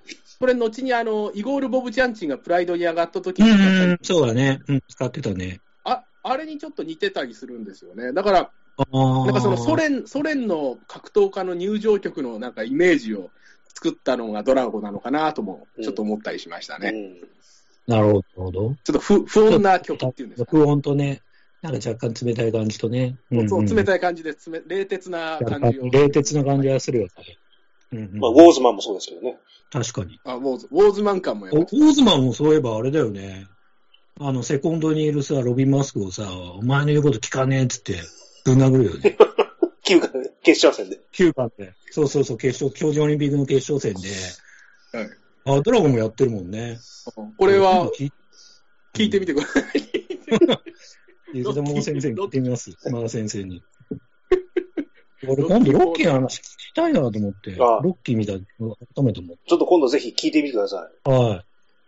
これ、後にあの、イゴール・ボブ・チャンチンがプライドに上がった時に、 うんうん、そうだね、うん。使ってたね。 あ、あれにちょっと似てたりするんですよね。だから、なんかそのソ連、ソ連の格闘家の入場曲のなんかイメージを作ったのがドラゴなのかなとも、ちょっと思ったりしましたね。うんうん、 なるほど。 ちょっと不不穏な曲っていうんですか、 ね。不穏とね、なんか若干冷たい感じとね。 うんうん、そう、冷たい感じで、冷徹な感じを。 冷徹な感じがするよ、 うんうん。まあ、ウォーズマンもそうですけどね。 確かに。 あ、ウォーズ、ウォーズマン感もやウォーズマンもそういえばあれだよね。あの、セコンドにいるさ、ロビン・マスクをさ、お前の言うこと聞かねえっつって、ぶん殴るよね。 きゅうかんで、決勝戦で。 きゅうかんで。そうそうそう、決勝、京都オリンピックの決勝戦で。はい。あ、ドラゴンもやってるもんね。 これは、聞いてみてください。 ゆずだも先生に聞いてみます。島田先生に。俺今度ロッキーの話聞きたいなと思って、ロッキーみたいな改めて思って。 ちょっと今度ぜひ聞いてみてください。はい。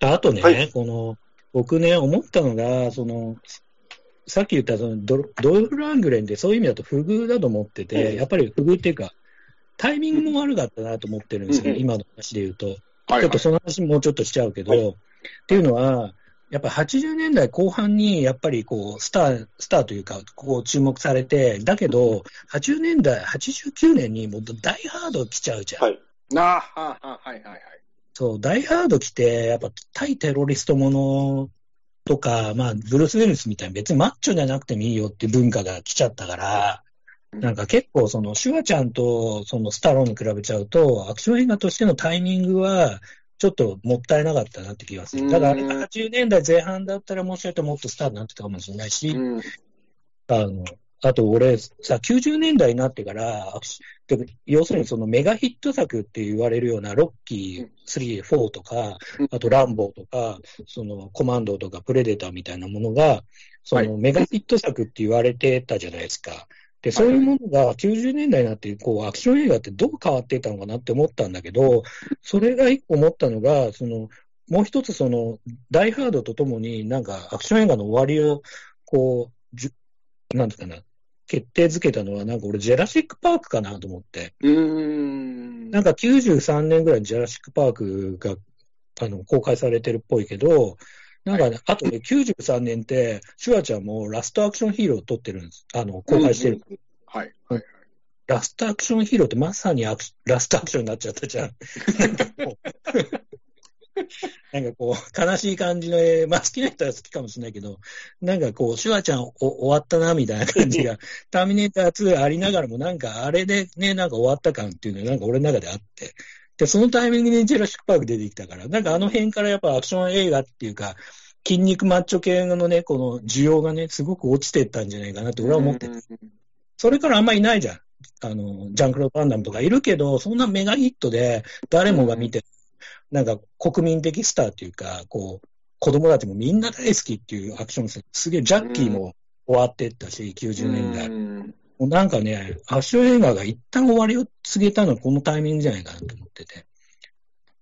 あとね、はい、この、僕ね、思ったのが、その、さっき言ったそのドルフ・ラングレンってそういう意味だと不遇だと思ってて、うん、やっぱり不遇っていうか、タイミングも悪かったなと思ってるんですよ、うん、今の話で言うと。はいはい、ちょっとその話もうちょっとしちゃうけど、はい、っていうのは、やっぱはちじゅうねんだいこう半に、やっぱりこう、スター、スターというか、こう注目されて、だけど、はちじゅうねんだい、はちじゅうきゅうねんにもうダイハード来ちゃうじゃん。はい。 ああ、はあ、はいはいはい。 そう、ダイハード来て、やっぱ対テロリストものとか、まあ、ブルース・ウィルスみたいに別にマッチョじゃなくてもいいよっていう文化が来ちゃったから、なんか結構その、シュワちゃんとそのスタローンに比べちゃうと、アクション映画としてのタイミングは、ちょっともったいなかったなって気がする。ただあれがはちじゅうねんだいぜん半だったらもしかしたらもっとスターになってたかもしれないし、うん、あの、あと俺さ、きゅうじゅうねんだいになってから、要するにそのメガヒット作って言われるようなロッキースリー、フォーとか、あとランボーとか、そのコマンドとかプレデターみたいなものが、そのメガヒット作って言われてたじゃないですか。で、そういうものがきゅうじゅうねんだいになって、こう、アクション映画ってどう変わっていったのかなって思ったんだけど、それが一個思ったのが、その、もう一つその、ダイハードとともになんかアクション映画の終わりを、こう、じゅなんていうかな、決定づけたのは、なんか俺、ジェラシックパークかなと思って。うーん。なんかきゅうじゅうさんねんぐらいにジェラシックパークが、あの、公開されてるっぽいけど、なんかね、はい、あとね、きゅうじゅうさんねんって、シュワちゃんもラストアクションヒーローを撮ってるんです。あの、公開してる。うんうん、 はい、はい。 ラストアクションヒーローってまさにアクラストアクションになっちゃったじゃん。なんかこう、なんかこう悲しい感じの絵、まあ好きな人は好きかもしれないけど、なんかこう、シュワちゃんお終わったなみたいな感じが、ターミネーターツーありながらも、なんかあれでね、なんか終わった感っていうのがなんか俺の中であって、で、そのタイミングでジェラシックパーク出てきたから、なんかあの辺からやっぱアクション映画っていうか、筋肉マッチョ系のね、この需要がね、すごく落ちてったんじゃないかなって俺は思ってて。それからあんまりいないじゃん。あの、ジャンクロー・バンダムとかいるけど、そんなメガヒットで誰もが見て、なんか国民的スターっていうか、こう、子供たちもみんな大好きっていうアクションすすげえジャッキーも終わってったし、きゅうじゅうねんだい。もうなんかね、アクション映画が一旦終わりを告げたのはこのタイミングじゃないかなと思ってて。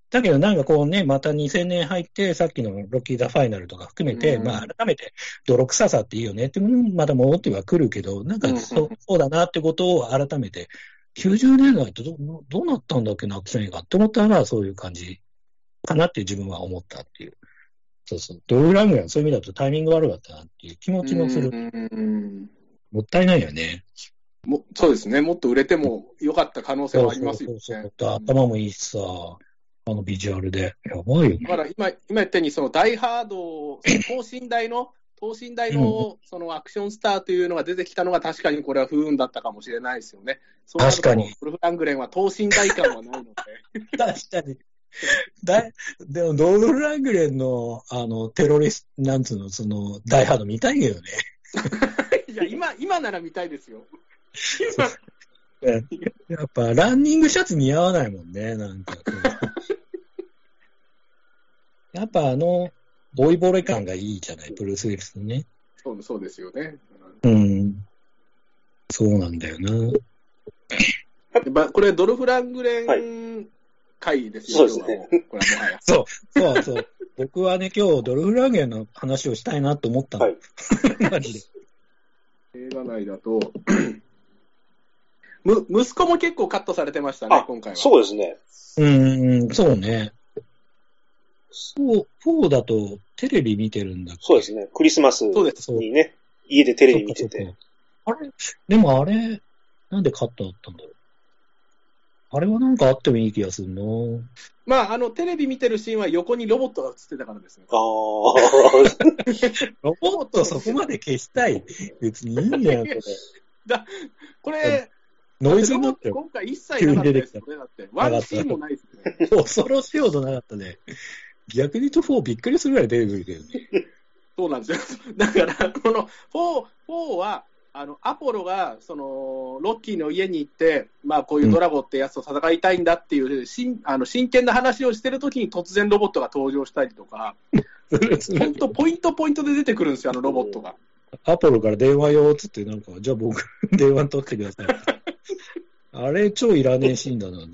だけどなんかこうね、またにせんねん入って、さっきのロッキー・ザ・ファイナルとか含めて、うん、まあ改めて泥臭さっていいよねって、まだ戻ってはくるけど、なんか そ,、うん、そうだなってことを改めて、きゅうじゅうねんだいって ど, どうなったんだっけな、アクション映画って思ったら、そういう感じかなって自分は思ったっていう。そうそう。ドルフラングレンはそういう意味だとタイミング悪かったなっていう気持ちもする。うんもったいないよね。 もそうですね。もっと売れても良かった可能性はありますよね。そうそうそう頭もいいしさ、あのビジュアルで。やばいよね。 だから今、今言ったように、そのダイハード、等身大の、等身大のそのアクションスターというのが出てきたのが確かにこれは不運だったかもしれないですよね。 確かに。 ドルフラングレンは等身大感はないので。 確かに。だでも、ドルフラングレンの、あの、テロリスト、なんつうの、その、ダイハード見たいけどね。 いや、今、今なら見たいですよ。 やっぱ、ランニングシャツ似合わないもんね、なんか。やっぱ、あの、ボイボレ感がいいじゃない、ブルース・ウィルスのね。 そう、そうですよね。 うん。そうなんだよな。 これ、ドルフラングレン、はい回ですよ、 そうですね。これはもはや。 そう、そう、そう。僕はね、今日、ドルフランゲンの話をしたいなと思ったの。はい。マジで。 映画内だと、む、息子も結構カットされてましたね、今回は。 そうですね。 うーん、そうね。そう、フォーだとテレビ見てるんだっけ？ そうですね。クリスマスにね、家でテレビ見てて。 あれでもあれ、なんでカットだったんだろう。あれはなんかあってもいい気がするな。 まあ、あの、テレビ見てるシーンは横にロボットが映ってたからですね。 ああ。 ロボットそこまで消したい。別にいいんだよ、これ。 だこれ、 ノイズになって今回一切なかったですよね。だって、ワンシーンもないですね。恐ろしいほどなかったね。逆に言うとフォーびっくりするぐらい出てくるけどね。 そうなんですよ。だから、このフォー、フォーは、あの、アポロが、その、ロッキーの家に行って、まあ、こういうドラゴンってやつと戦いたいんだっていう、しん、あの、真剣な話をしてるときに突然ロボットが登場したりとか、本当ポイントポイントで出てくるんですよ、あのロボットが。 アポロから電話よーっつって、なんか、じゃあ僕、電話取ってください。あれ、超いらねえシーンだな、と思って。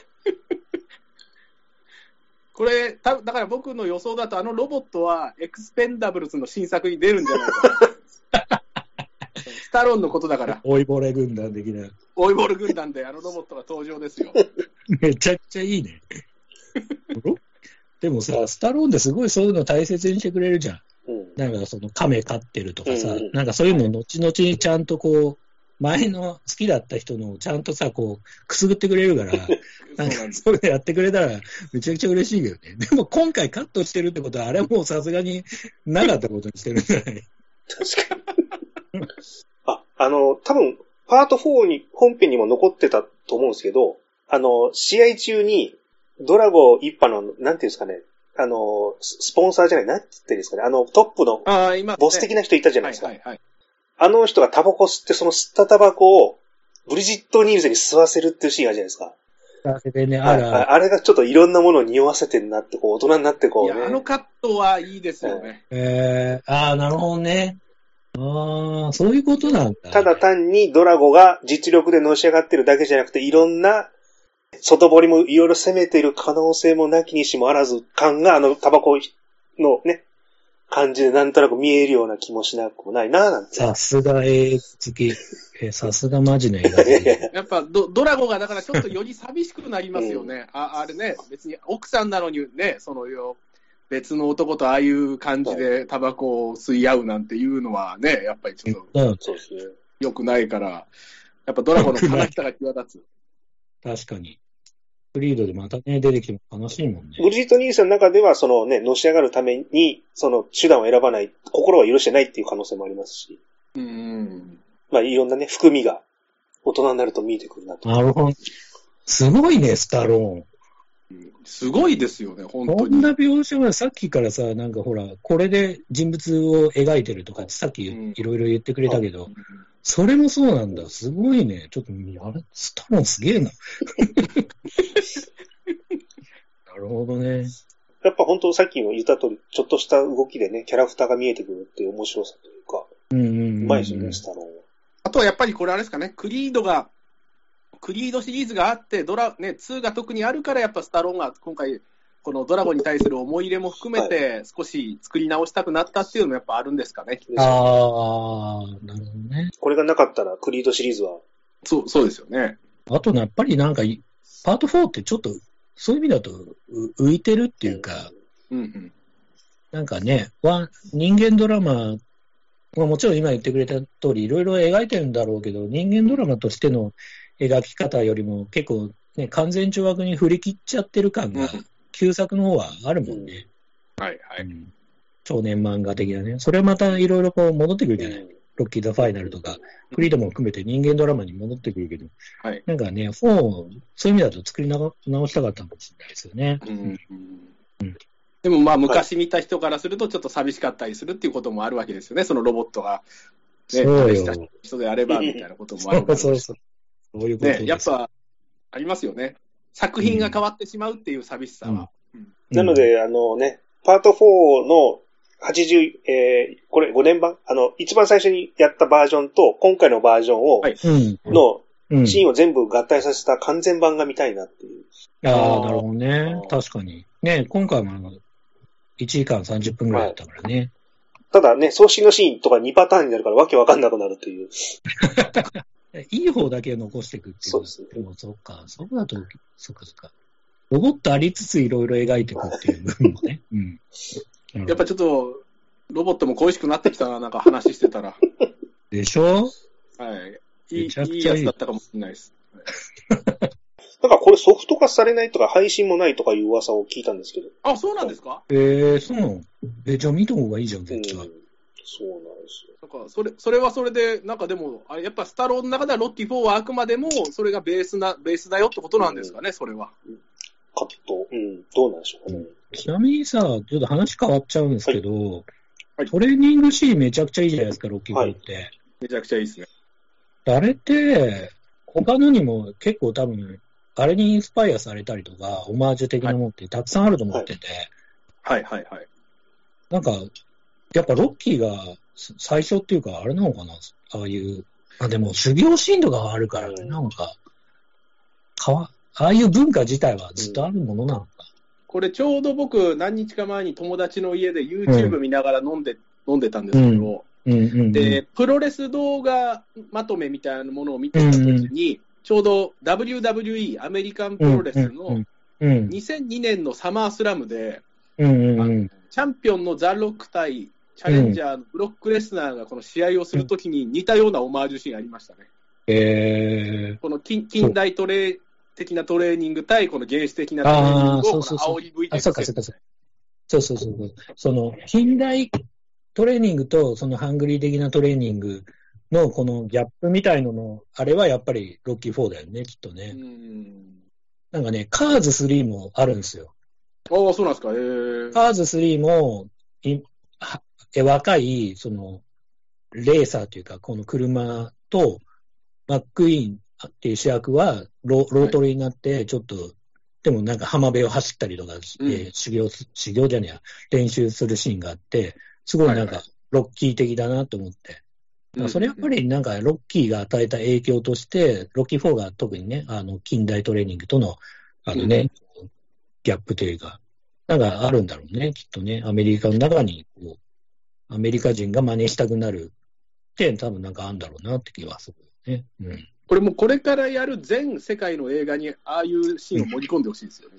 これ、ただから僕の予想だと、あのロボットは、エクスペンダブルズの新作に出るんじゃないかな。スタローンのことだから。 オイボレ軍団的な。 オイボレ軍団であのロボットが登場ですよ。 めちゃくちゃいいね。でもさ、スタローンってすごいそういうの大切にしてくれるじゃん。うん、なんかその亀飼ってるとかさ、うん、なんかそういうの後々にちゃんとこう、前の好きだった人のちゃんとさ、こう、くすぐってくれるから、なんかそれやってくれたらめちゃくちゃ嬉しいけどね。でも今回カットしてるってことは、あれはもうさすがになかったことにしてるんじゃない？ 確かに。あ、あの、多分、パートフォーに、本編にも残ってたと思うんですけど、あの、試合中に、ドラゴ一派の、なんていうんですかね、あの、スポンサーじゃない、なんて言ってるんですかね、あの、トップの、ボス的な人いたじゃないですか。はいはいはい、あの人がタバコ吸って、その吸ったタバコを、ブリジット・ニールセンに吸わせるっていうシーンがあるじゃないですか。 吸わせてね、あら。 あれがちょっといろんなものを匂わせてんなって、こう、大人になってこう、ね。 いや、あのカットはいいですよね。 えー、ああ、なるほどね。ああ、そういうことなんだ。 ただ単にドラゴが実力でのし上がってるだけじゃなくて、いろんな、外堀もいろいろ攻めている可能性もなきにしもあらず感が、あの、タバコのね、感じでなんとなく見えるような気もしなくもないな、なんて。 さすが映好き。え、さすがマジの映画で。やっぱド、ドラゴがだからちょっとより寂しくなりますよね。うん、あ、あれね、別に奥さんなのにね、そのよ、別の男とああいう感じでタバコを吸い合うなんていうのはね、やっぱりちょっと良くないから、やっぱドラゴの悲しさが際立つ。 確かに。フリードでまたね、出てきても悲しいもんね。 ブリジット・ニールセンの中では、そのね、のし上がるために、その手段を選ばない、心は許してないっていう可能性もありますし。うん。まあいろんなね、含みが大人になると見えてくるなと。 なるほど。すごいね、スタローン。 すごいですよね、本当に。 こんな描写はさっきからさ、なんかほら、これで人物を描いてるとかってさっきいろいろ言ってくれたけど、うん、それもそうなんだ。すごいね。ちょっと、あれ、スタローンすげえな。なるほどね。 やっぱ本当さっきも言った通り、ちょっとした動きでね、キャラクターが見えてくるっていう面白さというか、うんうんうんうん、うまいですよね、スタローンは。 あとはやっぱりこれあれですかね、クリードが、 クリードシリーズがあって、ドラ、ね、ツーが特にあるから、やっぱスタローンが今回、このドラゴンに対する思い入れも含めて、少し作り直したくなったっていうのもやっぱあるんですかね。 ああ、なるほどね。 これがなかったら、クリードシリーズは。 そう、そうですよね。 あと、やっぱりなんか、パートフォーってちょっと、そういう意味だと浮いてるっていうか、 うんうん、 なんかね、人間ドラマ、まあ、もちろん今言ってくれた通り、いろいろ描いてるんだろうけど、人間ドラマとしての描き方よりも結構ね、完全懲悪に振り切っちゃってる感が、旧作の方はあるもんね。 うん、はいはい、うん。 少年漫画的なね。それはまたいろいろこう戻ってくるじゃない。うん、ロッキー・ザ・ファイナルとか、クリードも含めて人間ドラマに戻ってくるけど、はい、なんかね、フォーをそういう意味だと作り直したかったかもしれないですよね。うんうんうん、でもまあ昔見た人からするとちょっと寂しかったりするっていうこともあるわけですよね。そのロボットが、ね、試した人であればみたいなこともあるわけです。そうそうそう。そういうことです。ね、やっぱありますよね。作品が変わってしまうっていう寂しさは。うんうん、なので、あのね、パートフォーのはちじゅう、えー、これごねんばんあの、一番最初にやったバージョンと、今回のバージョンを、はい、の、シーンを全部合体させた完全版が見たいなっていう。 うん、ああ、なるほどね。確かに。ね、今回もいちじかんさんじゅっぷんぐらいだったからね。はい、 ただね、送信のシーンとかにパターンになるからわけわかんなくなるという。 いい方だけ残していくっていう。 そうですね。 でもそっか、そこだと、そっかそっか。ロボットありつついろいろ描いていくっていう部分もね。うん。 やっぱちょっと、ロボットも恋しくなってきたな、なんか話してたら。 でしょ？ はい。いい、いいやつだったかもしれないです。 なんかこれソフト化されないとか配信もないとかいう噂を聞いたんですけど。 あ、そうなんですか？ えー、そうなの？え、じゃあ見た方がいいじゃん、絶対。うん、 そうなんですよ。 なんかそれ、それはそれで、なんかでも、あれやっぱスタローの中ではロッキーフォーはあくまでも、それがベースな、ベースだよってことなんですかね、うん、それは。 カット、うん、どうなんでしょうかね。 ちなみにさ、ちょっと話変わっちゃうんですけど、はいはい、トレーニングシーンめちゃくちゃいいじゃないですか、ロッキーフォーって。はい、 めちゃくちゃいいですね。 あれって、他のにも結構多分、あれにインスパイアされたりとか、オマージュ的なものってたくさんあると思ってて。 はい、はい、はいはい。なんか、やっぱロッキーが最初っていうか、あれなのかな、ああいう、あ、でも修行シーンとかがあるからね、うん、なんか、かわ、ああいう文化自体はずっとあるものなのか。うん、 これちょうど僕何日か前に友達の家で YouTube 見ながら飲んで、うん、飲んでたんですけど、うんうんうんうん、で、プロレス動画まとめみたいなものを見てた時に、うんうん、ちょうど ダブリューダブリューイー アメリカンプロレスのにせんにねんのサマースラムで、うんうんうん、チャンピオンのザ・ロック対チャレンジャーのブロックレスナーがこの試合をするときに似たようなオマージュシーンありましたね。 えー、 この 近, 近代トレー的なトレーニング対この原始的なトレーニングをこの煽り ブイ で。 そうそうそうそう。そうそうそう。その近代トレーニングとそのハングリー的なトレーニングのこのギャップみたいのの、あれはやっぱりロッキーフォーだよね、きっとね。うんなんかね、カーズスリーもあるんですよ。 ああ、そうなんですか。へー。 カーズスリーも、いえ若い、その、レーサーというか、この車と、マックイーンっていう主役はロ、ロートルになって、ちょっと、はい、でもなんか浜辺を走ったりとかして、うん、修行、修行じゃねえや、練習するシーンがあって、すごいなんか、ロッキー的だなと思って。はいはい、それやっぱりなんか、ロッキーが与えた影響として、ロッキーフォーが特にね、あの、近代トレーニングとの、あのね、うん、ギャップというか、なんかあるんだろうね、きっとね。アメリカの中に、こう、アメリカ人が真似したくなるって多分なんかあるんだろうなって気はするね。うん。 これもこれからやる全世界の映画にああいうシーンを盛り込んでほしいですよね。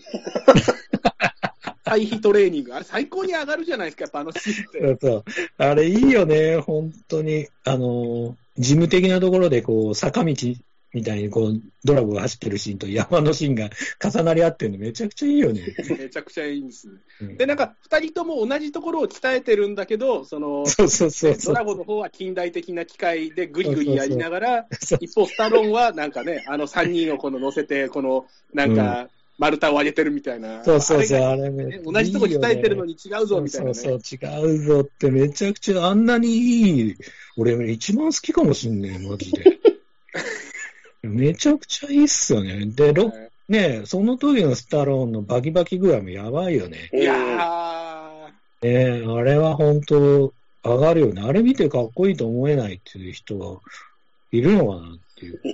回避トレーニング。あれ最高に上がるじゃないですか、やっぱあのシーンって。 そうそう。あれいいよね、本当に。あの、事務的なところでこう、坂道みたいにこう、ドラゴンが走ってるシーンと山のシーンが重なり合ってるのめちゃくちゃいいよね。 めちゃくちゃいいんです。うん、で、なんか、二人とも同じところを鍛えてるんだけど、その、 そうそうそうそうドラゴンの方は近代的な機械でグリグリやりながら、そうそうそう一方、スタローンはなんかね、あの三人をこの乗せて、この、なんか、うん丸太を上げてるみたいな。 そうそうそう、あれね。 同じとこ鍛えてるのに違うぞ、みたいな、ね。 そうそう、違うぞってめちゃくちゃあんなにいい。俺一番好きかもしんねえ、マジで。めちゃくちゃいいっすよね。で、ロねその時のスタローンのバキバキ具合もやばいよね。 いやー。 ねあれは本当上がるよね。あれ見てかっこいいと思えないっていう人がいるのかなっていう。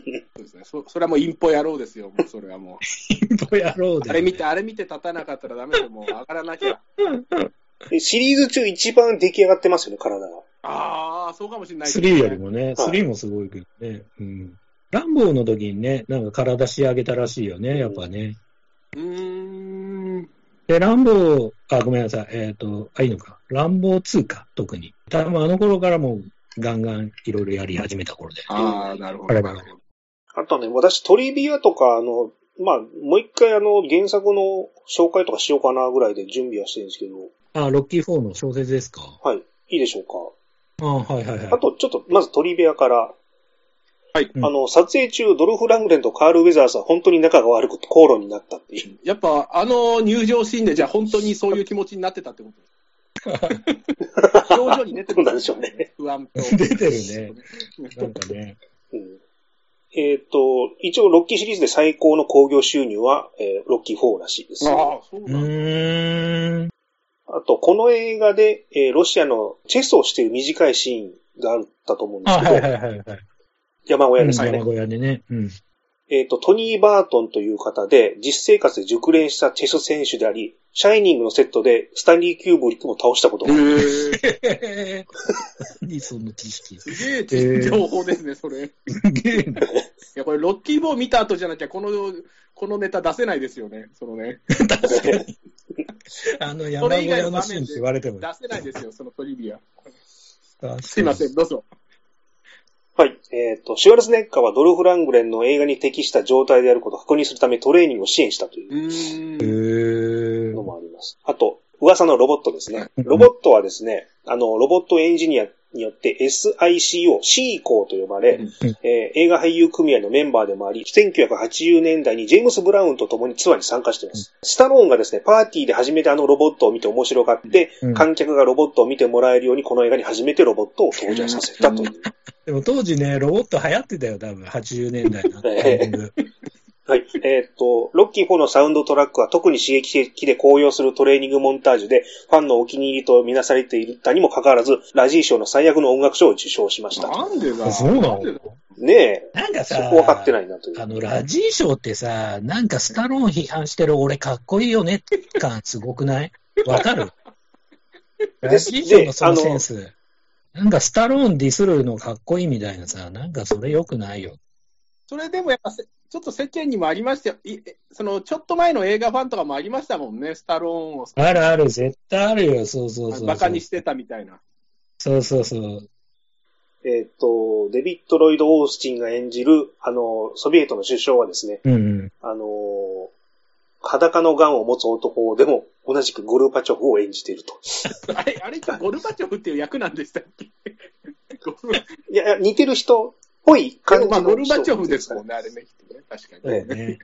そうですね。そ, それはもうインポ野郎ですよ。もうそれはもう。 インポ野郎で、ね。 あれ見て、あれ見て立たなかったらダメでもう上がらなきゃ。 シリーズ中一番出来上がってますよね、体が。 ああ、そうかもしれないですね。スリーよりもね、スリーもすごいけどね。うん。ランボーの時にね、なんか体仕上げたらしいよね、やっぱね。 うーん。 で、ランボー、あ、ごめんなさい。えっ、ー、と、あ、いいのか。ランボーツーか、特に。多分あの頃からもうガンガンいろいろやり始めた頃で。 ああ、なるほど。 あとね、私トリビアとか、あの、まあ、もう一回あの、原作の紹介とかしようかなぐらいで準備はしてるんですけど。 あ、ロッキーフォーの小説ですか？ はい。いいでしょうか？ あ、はいはいはい。 あと、ちょっと、まずトリビアから。 はい。 あの、撮影中、ドルフ・ラングレンとカール・ウェザースは本当に仲が悪く口論になったっていう。 やっぱ、あの入場シーンで、じゃあ本当にそういう気持ちになってたってことですか？表情に出てるんでしょうね。 不安と。 出てるね。なんかね。 うん、えっ、ー、と、一応、ロッキーシリーズで最高の興行収入は、えー、ロッキーフォーらしいです。 ああ、そうなんだ。うーん。 あと、この映画で、えー、ロシアのチェスをしている短いシーンがあったと思うんですけど、 あ、はいはいはいはい。 山小屋ですね。 うん、山小屋でね。うん。 えっ、ー、と、トニー・バートンという方で、実生活で熟練したチェス選手であり、シャイニングのセットでスタンリー・キューブリックも倒したことがある。 へぇー。何その知識。 すげえ情報ですね、それ。 すげえな。いや、これ、ロッキーボー見た後じゃなきゃ、この、このネタ出せないですよね、そのね。 確かに。あの、山小屋のシーンって言われても。 出せないですよ、そのトリビア。すいません、どうぞ。 はい。えっ、ー、と、シュワルツェネッガーはドルフ・ラングレンの映画に適した状態であることを確認するためトレーニングを支援したというのもあります。あと、噂のロボットですね。ロボットはですね、あの、ロボットエンジニアによって エスアイシーオー、シーコーと呼ばれ、うんえー、映画俳優組合のメンバーでもあり、せんきゅうひゃくはちじゅうねんだいにジェームス・ブラウンと共にツアーに参加しています。うん、スタローンがですね、パーティーで初めてあのロボットを見て面白がって、うん、観客がロボットを見てもらえるようにこの映画に初めてロボットを登場させたという。 でも当時ね、ロボット流行ってたよ、多分。はちじゅうねんだいのタイミング。 はい。えっ、ー、と、ロッキーフォーのサウンドトラックは特に刺激的で高揚するトレーニングモンタージュで、ファンのお気に入りとみなされていたにもかかわらず、ラジー賞の最悪の音楽賞を受賞しました。 なんでだそうなのねえ。 なんかさ、 そこ分かってないなという。 あの、ラジー賞ってさ、なんかスタローン批判してる俺かっこいいよね感すごくない？わかる？ラジー賞のそのセンス。なんかスタローンディスるのかっこいいみたいなさ、なんかそれ良くないよ。 それでもやっぱちょっと世間にもありましたよ。そのちょっと前の映画ファンとかもありましたもんね、スタローンを。 あるある、絶対あるよ、そうそうそうそう。 バカにしてたみたいな。 そうそうそう。 えっ、ー、と、デビッド・ロイド・オースティンが演じる、あの、ソビエトの首相はですね、 うんうん、 あの、裸の癌を持つ男でも同じくゴルバチョフを演じていると。 あれ、あれゴルバチョフっていう役なんでしたっけ？ いや、似てる人っぽい感じの人。 まあ、ゴルバチョフですもんね、あれね、きっとね。確かに。 ね、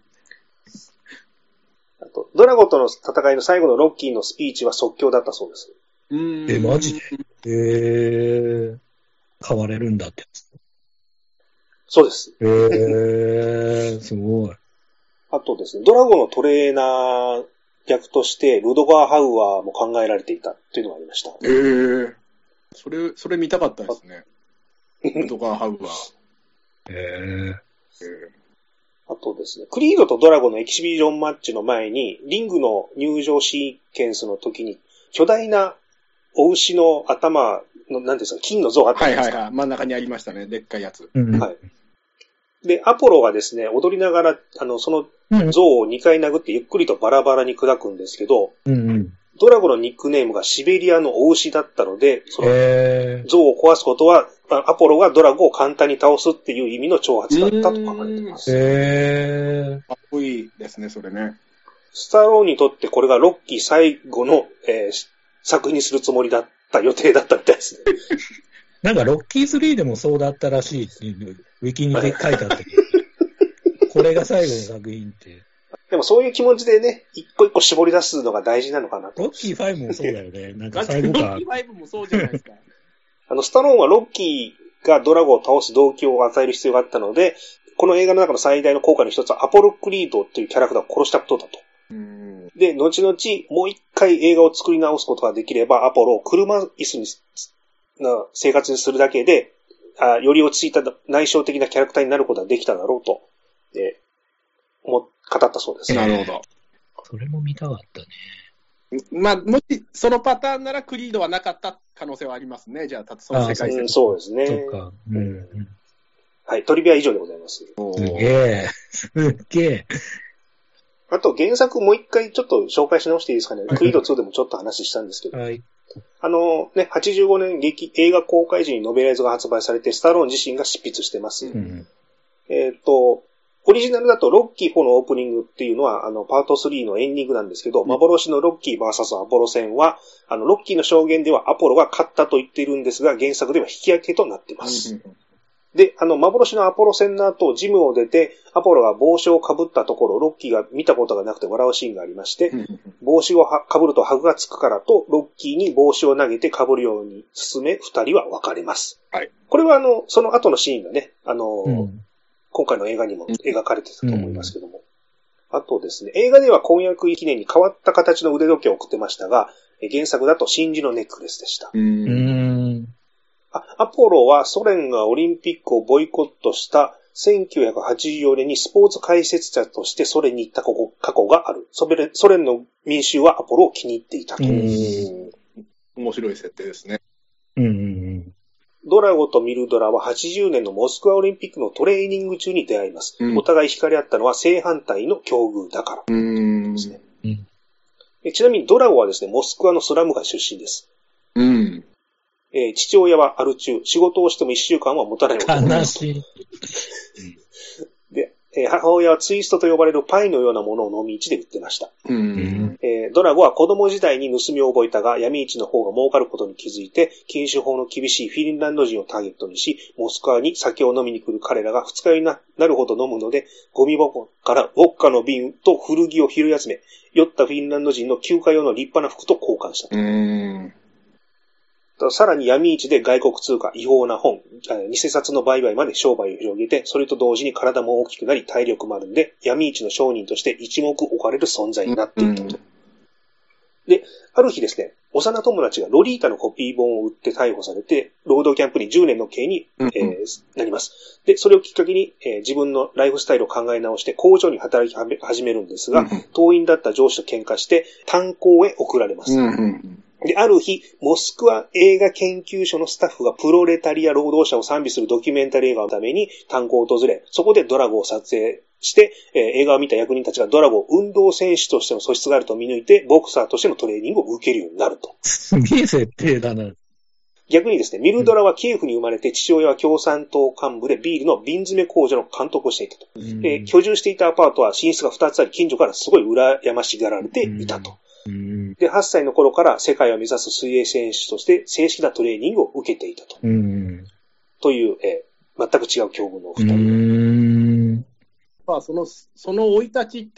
あと、ドラゴとの戦いの最後のロッキーのスピーチは即興だったそうです。 うーんえ、マジで？えー、変われるんだって。 そうです。 えー、すごい。 あとですね、ドラゴのトレーナー役として、ルドガー・ハウアーも考えられていたというのがありました。 えー、それ、それ見たかったですね。ルドガー・ハウアー。 えー、 あとですね、クリードとドラゴのエキシビジョンマッチの前に、リングの入場シーケンスの時に、巨大なお牛の頭の、なんですか、金の像があったんですか。 はいはいはい。真ん中にありましたね、でっかいやつ。 うん、 はい。で、アポロがですね、踊りながら、あの、その像をにかい殴ってゆっくりとバラバラに砕くんですけど、 うんうん、 ドラゴのニックネームがシベリアのお牛だったので、その像を壊すことは、アポロがドラゴを簡単に倒すっていう意味の挑発だったと書かれています。 へー。 かっこいいですね、それね。 スタローンにとってこれがロッキー最後の、えー、作品にするつもりだった予定だったみたいですね。 なんかロッキースリーでもそうだったらしいっていう、ウィキにで書いてあったけど、これが最後の作品って。 でもそういう気持ちでね、一個一個絞り出すのが大事なのかなと。 ロッキーファイブもそうだよね。なんか最後か。 ロッキーファイブもそうじゃないですか。 あの、スタローンはロッキーがドラゴンを倒す動機を与える必要があったので、この映画の中の最大の効果の一つはアポロ・クリードというキャラクターを殺したことだと。 うんで、後々もう一回映画を作り直すことができれば、アポロを車椅子にな生活にするだけで、 あより落ち着いた内省的なキャラクターになることができただろうと、えー、思語ったそうです。 なるほど。 それも見たかったね。 まあ、もし、そのパターンならクリードはなかった可能性はありますね。じゃあ、その世界線。 そうですね。 そうか。うんうん、 はい、トリビア以上でございます。 すげえ。すげえ。 あと、原作もう一回ちょっと紹介し直していいですかね。クリードツーでもちょっと話したんですけど。はい。あのね、はちじゅうごねん劇、映画公開時にノベライズが発売されて、スタローン自身が執筆してます。うん、えっと、オリジナルだとロッキーフォーのオープニングっていうのは、あの、パートスリーのエンディングなんですけど、うん、幻のロッキー ブイエス アポロ戦は、あの、ロッキーの証言ではアポロが勝ったと言っているんですが、原作では引き分けとなっています。うん、で、あの、幻のアポロ戦の後、ジムを出て、アポロが帽子をかぶったところ、ロッキーが見たことがなくて笑うシーンがありまして、うん、帽子をかぶるとハグがつくからと、ロッキーに帽子を投げてかぶるように進め、二人は別れます。はい。これはあの、その後のシーンがね、あの、うん今回の映画にも描かれてたと思いますけども。うん、あとですね、映画では婚約記念に変わった形の腕時計を送ってましたが、原作だと真珠のネックレスでした。うーんあアポロはソ連がオリンピックをボイコットしたせんきゅうひゃくはちじゅうよねんにスポーツ解説者としてソ連に行った過去がある。ソ連の民衆はアポロを気に入っていたと。 面白い設定ですね。 うんうんドラゴとミルドラははちじゅうねんのモスクワオリンピックのトレーニング中に出会います。うん、お互い惹かれ合ったのは正反対の境遇だから。うんですねうん、ちなみにドラゴはですね、モスクワのスラム街出身です。うんえー、父親はアル中、仕事をしてもいっしゅうかんは持たない男悲しい。 で、えー、母親はツイストと呼ばれるパイのようなものを飲み市で売ってました。うんえー、ドラゴは子供時代に盗みを覚えたが、闇市の方が儲かることに気づいて、禁酒法の厳しいフィンランド人をターゲットにし、モスクワに酒を飲みに来る彼らが二日酔いになるほど飲むので、ゴミ箱からウォッカの瓶と古着を拾い集め、酔ったフィンランド人の休暇用の立派な服と交換したと。うんさらに闇市で外国通貨、違法な本、偽札の売買まで商売を広げて、それと同時に体も大きくなり体力もあるんで、闇市の商人として一目置かれる存在になっていたと。で、ある日ですね、幼友達がロリータのコピー本を売って逮捕されて、労働キャンプにじゅうねんの刑に、えー、なります。で、それをきっかけに、えー、自分のライフスタイルを考え直して工場に働き始めるんですが、党員だった上司と喧嘩して炭鉱へ送られます。うんうんで、ある日、モスクワ映画研究所のスタッフがプロレタリア労働者を賛美するドキュメンタリー映画のために炭鉱を訪れ、そこでドラゴを撮影して、えー、映画を見た役人たちがドラゴを運動選手としての素質があると見抜いて、ボクサーとしてのトレーニングを受けるようになると。 すげえ設定だな。 逆にですね、ミルドラはキエフに生まれて、父親は共産党幹部でビールの瓶詰め工場の監督をしていたと。で居住していたアパートは寝室がふたつあり、近所からすごい羨ましがられていたと。で、はっさいの頃から世界を目指す水泳選手として正式なトレーニングを受けていたと。うん、という、えー、全く違う境遇のお二人。うんまあ、その、その生い立ちって、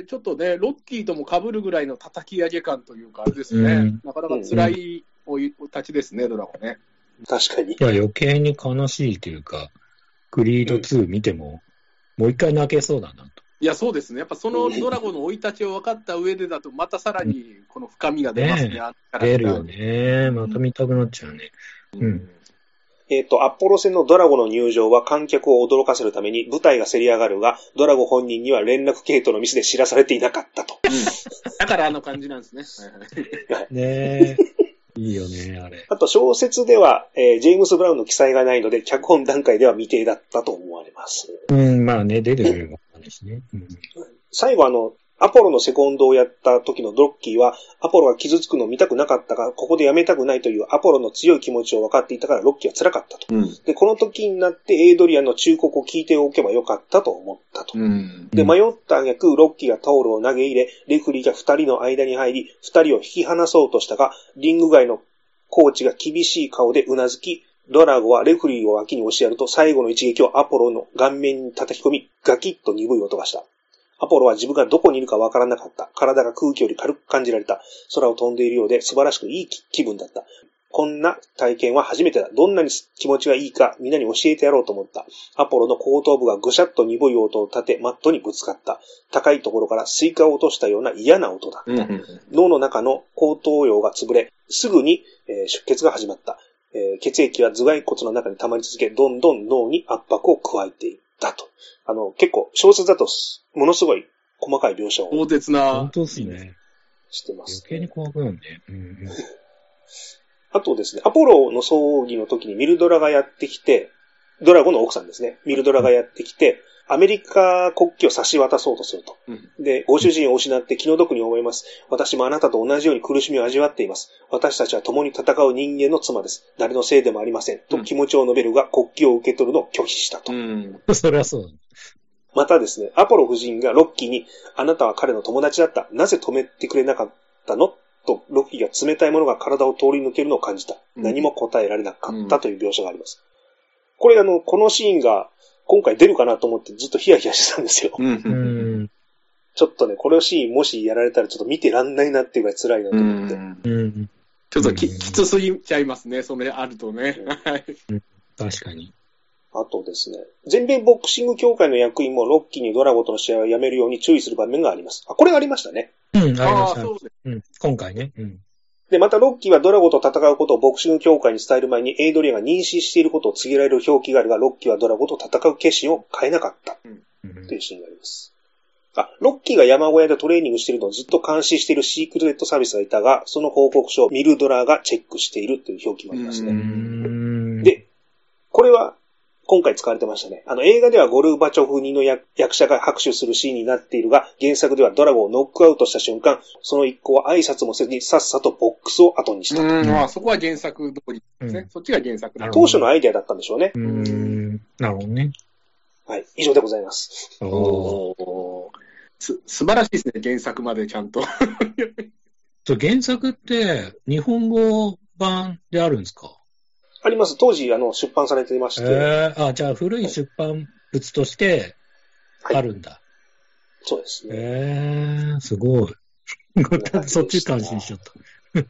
ちょっとね、ロッキーとも被るぐらいの叩き上げ感というか、あれですね。うん、なかなか辛い生い立ちですね、ドラゴンね。 確かに。いや、余計に悲しいというか、クリードツー見ても、うん、もう一回泣けそうだなと。 いや、そうですね。やっぱそのドラゴンの生い立ちを分かった上でだと、またさらにこの深みが出ますね。ね出るよね。また見たくなっちゃうね。うん。うん、 えっと、アポロ戦のドラゴの入場は観客を驚かせるために舞台がせり上がるが、ドラゴ本人には連絡系統のミスで知らされていなかったと。うん、 だからあの感じなんですね。 はい、ねえ。いいよね、あれ。 あと小説では、えー、ジェームス・ブラウンの記載がないので、脚本段階では未定だったと思われます。 うん、まあね、出てくるわけですね。うん、 最後あの、アポロのセコンドをやった時のドロッキーは、アポロが傷つくのを見たくなかったが、ここでやめたくないというアポロの強い気持ちを分かっていたから、ロッキーは辛かったと。うん、で、この時になってエイドリアンの忠告を聞いておけばよかったと思ったと。うん、で、迷った挙句、ロッキーがタオルを投げ入れ、レフリーが二人の間に入り、二人を引き離そうとしたが、リング外のコーチが厳しい顔でうなずき、ドラゴはレフリーを脇に押しやると最後の一撃をアポロの顔面に叩き込み、ガキッと鈍い音がした。アポロは自分がどこにいるかわからなかった。体が空気より軽く感じられた。空を飛んでいるようで素晴らしくいい気分だった。こんな体験は初めてだ。どんなに気持ちがいいかみんなに教えてやろうと思った。アポロの後頭部がぐしゃっと鈍い音を立てマットにぶつかった。高いところからスイカを落としたような嫌な音だった。うんうんうん、脳の中の後頭葉が潰れ、すぐに、えー、出血が始まった。 えー、血液は頭蓋骨の中に溜まり続け、どんどん脳に圧迫を加えていったと。あの、結構、小説だと、ものすごい細かい描写を。 壮絶な。 本当ですね。 してます、 ね。余計に怖くなるね。うんうん、 あとですね、アポロの葬儀の時にミルドラがやってきて、ドラゴンの奥さんですね。ミルドラがやってきて、アメリカ国旗を差し渡そうとすると。うん、で、ご主人を失って気の毒に思います。私もあなたと同じように苦しみを味わっています。私たちは共に戦う人間の妻です。誰のせいでもありません。と気持ちを述べるが、国旗を受け取るのを拒否したと。 うん、それはそうだ。 またですね、アポロ夫人がロッキーに、あなたは彼の友達だった。なぜ止めてくれなかったのと、ロッキーが冷たいものが体を通り抜けるのを感じた。うん、何も答えられなかったという描写があります。うん、これあの、このシーンが今回出るかなと思ってずっとヒヤヒヤしてたんですよ。うん、ちょっとね、このシーンもしやられたらちょっと見てらんないなっていうぐらい辛いなと思って。うんうん、 ちょっとき、きつすぎちゃいますね、それあるとね。 うん、確かに。 あとですね、全米ボクシング協会の役員もロッキーにドラゴンとの試合をやめるように注意する場面があります。あ、これがありましたね。 うん、ありました。そうです。うん、今回ね。うん。 で、またロッキーはドラゴンと戦うことをボクシング協会に伝える前にエイドリアンが妊娠していることを告げられる表記があるが、ロッキーはドラゴンと戦う決心を変えなかった。うん。というシーンがあります。あ、ロッキーが山小屋でトレーニングしているのをずっと監視しているシークレットサービスがいたが、その報告書をミルドラーがチェックしているという表記もありますね。うん。で、これは、今回使われてましたね。あの、映画ではゴルバチョフにの役者が拍手するシーンになっているが、原作ではドラゴンをノックアウトした瞬間、その一行は挨拶もせずにさっさとボックスを後にしたと。 うん、まあ、そこは原作通りですね。うん、そっちが原作だ。 当初のアイデアだったんでしょうね。 うん、なるほどね。 はい、以上でございます。 おー。す、素晴らしいですね、原作までちゃんと。 原作って、日本語版であるんですか？ あります。当時、あの、出版されていまして。 えー、あ、じゃあ古い出版物としてあるんだ。はい、 そうですね。 えー、すごい。そっち感心しちゃった。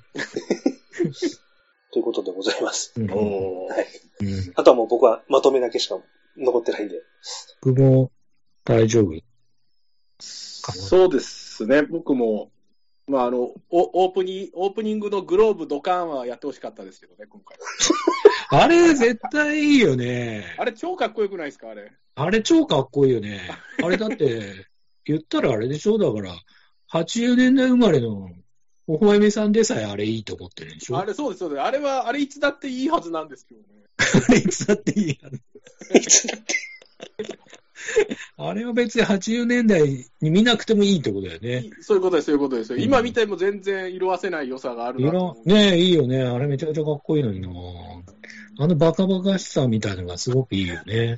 ということでございます。うん、はい、 うん。 あとはもう僕はまとめだけしか残ってないんで。 僕も大丈夫かな。そうですね。僕も、まあ、あの、オープニ、オープニングのグローブドカンはやってほしかったですけどね、今回。 あれ、絶対いいよね。 あれ、超かっこよくないですか、あれ。 あれ、超かっこいいよね。あれ、だって、言ったらあれでしょ？だから、はちじゅうねんだい生まれの、おほえめさんでさえあれいいと思ってるでしょ？ あれ、そうです、そうです。あれは、あれいつだっていいはずなんですけどね。 あれいつだっていいはず。いつだって。あれは別にはちじゅうねんだいに見なくてもいいってことだよね。 そういうことです、そういうことですよ。うん、今見ても全然色あせない良さがあるなと思う。 ねえ、いいよね。あれめちゃくちゃかっこいいのにな。あのバカバカしさみたいなのがすごくいいよね。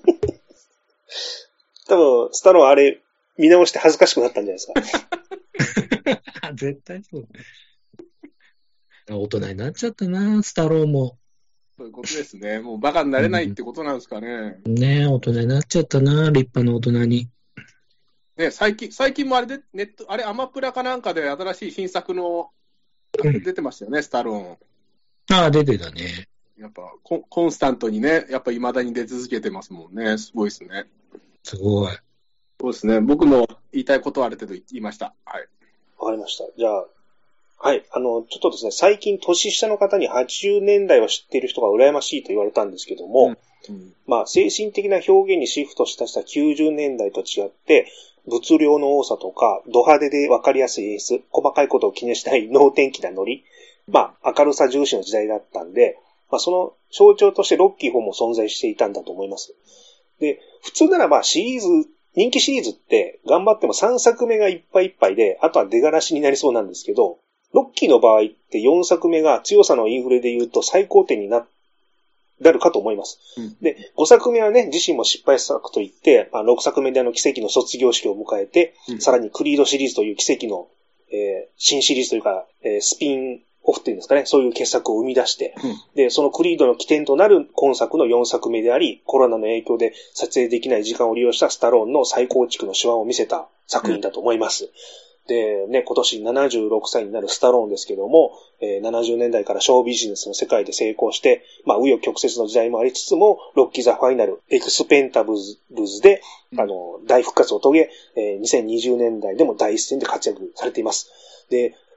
多分、スタローンあれ見直して恥ずかしくなったんじゃないですか。絶対そう。大人になっちゃったな、スタローンも。 そういうことですね。もうバカになれないってことなんですかね。 うん、ねえ、大人になっちゃったな、立派な大人に。 ね、最近、最近もあれで、ネット、あれ、アマプラかなんかで新しい新作の、出てましたよね、うん、スタローン。 ああ、出てたね。 やっぱコ、コンスタントにね、やっぱ未だに出続けてますもんね。すごいですね。 すごい。 そうですね。僕も言いたいことはある程度言いました。はい。 わかりました。じゃあ、はい。あの、ちょっとですね、最近年下の方にはちじゅうねんだいを知っている人が羨ましいと言われたんですけども、うんうん、まあ、精神的な表現にシフトしたしたきゅうじゅうねんだいと違って、物量の多さとか、ド派手で分かりやすい演出、細かいことを気にしない能天気なノリ、まあ、明るさ重視の時代だったんで、まあ、その象徴としてロッキーフォーも存在していたんだと思います。で、普通ならばシリーズ、人気シリーズって頑張ってもさんさくめがいっぱいいっぱいで、あとは出がらしになりそうなんですけど、ロッキーの場合ってよんさくめが強さのインフレで言うと最高点になるかと思います。うん、で、ごさくめはね、自身も失敗作と言って、まあ、ろくさくめであの奇跡の卒業式を迎えて、うん、さらにクリードシリーズという奇跡の、えー、新シリーズというか、えー、スピンオフっていうんですかね、そういう傑作を生み出して、うん、で、そのクリードの起点となる今作のよんさくめであり、コロナの影響で撮影できない時間を利用したスタローンの再構築の手腕を見せた作品だと思います。うんで、ね、今年ななじゅうろくさいになるスタローンですけども、えー、ななじゅうねんだいからショービジネスの世界で成功して、まあ、紆余曲折の時代もありつつも、ロッキーザファイナル、エクスペンタブルズで、あの、大復活を遂げ、えー、にせんにじゅうねんだいでも第一線で活躍されています。で、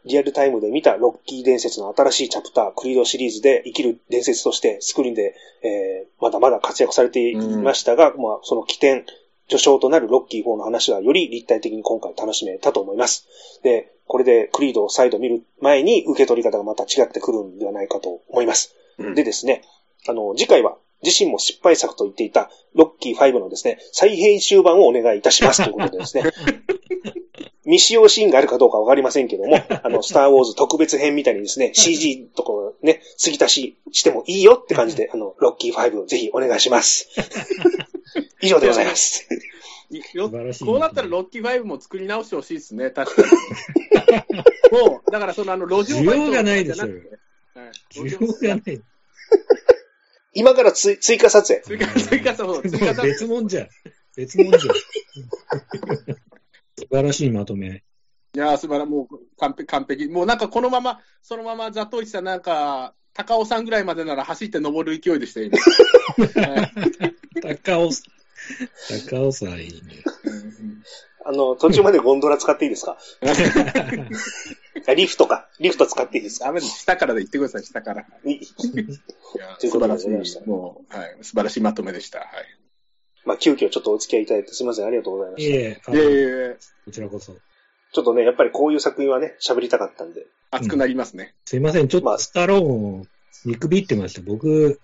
リアルタイムで見たロッキー伝説の新しいチャプター、クリードシリーズで生きる伝説としてスクリーンで、えー、まだまだ活躍されていましたが、うん、まあ、その起点、序章となるロッキーフォーの話はより立体的に今回楽しめたと思います。で、これでクリードを再度見る前に受け取り方がまた違ってくるんではないかと思います。うん、でですね、あの、次回は自身も失敗作と言っていたロッキーファイブのですね、再編集版をお願いいたしますということでですね、未使用シーンがあるかどうかわかりませんけども、あの、スターウォーズ特別編みたいにですね、シージー とかね、継ぎ足ししてもいいよって感じで、あの、ロッキーファイブをぜひお願いします。以上でございます。 こうなったらロッキーファイブも作り直してほしいですね、確かに。もう、だからそのあの、路上バイト需要がないですよ。需要がない。 今からつ追加撮影。 追加、追加撮影。 別物じゃん。別物じゃん。素晴らしいまとめ。 いやー、素晴らしい。もう完璧、完璧。もうなんかこのまま、そのままザトウイチさんなんか、高尾さんぐらいまでなら走って登る勢いでしたよ、今。 高尾、高尾さんいいね。 あの、途中までゴンドラ使っていいですか？リフトか。リフト使っていいですか？ ダメです。下からで言ってください、下から。いや、素晴らしい。もう、はい。素晴らしいまとめでした。はい。 まあ、急遽ちょっとお付き合いいただいてすみません。ありがとうございました。 いえいえ、こちらこそ。 ちょっとね、やっぱりこういう作品はね、喋りたかったんで。 熱くなりますね。うん、 すいません。ちょっとスタローンを見くびってました。僕、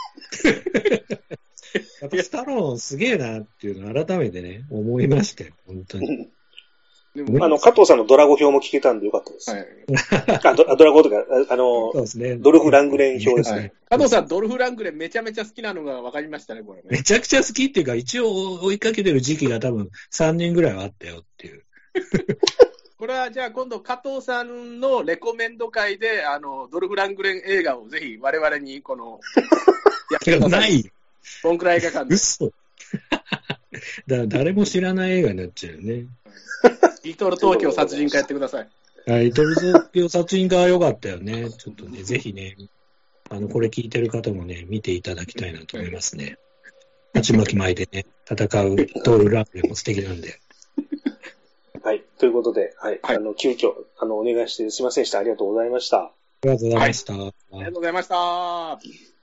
やっぱスタローンすげえなっていうのを改めてね、思いましたよ。本当に。 あの、加藤さんのドラゴ表も聞けたんでよかったです。はい、あド、ドラゴとか、あの、そうですね、ドルフ・ラングレン表ですね。はい、 加藤さん、ドルフ・ラングレンめちゃめちゃ好きなのが分かりましたね、これね。 めちゃくちゃ好きっていうか、一応追いかけてる時期が多分さんねんぐらいはあったよっていう。 これはじゃあ今度加藤さんのレコメンド会で、あの、ドルフ・ラングレン映画をぜひ我々にこの、 やってください。ない。 こんくらい映画館で。 嘘。だ誰も知らない映画になっちゃうよね。 リトル東京殺人家やってください。 リトル東京殺人家は良かったよね。ちょっとね、ぜひね、あの、これ聞いてる方もね、見ていただきたいなと思いますね。鉢巻き巻いてね、戦うドールラングレンも素敵なんで。 はい。ということで、はい。はい、あの、急遽、あの、お願いしてすいませんでした。ありがとうございました。ありがとうございました。はい、 ありがとうございました。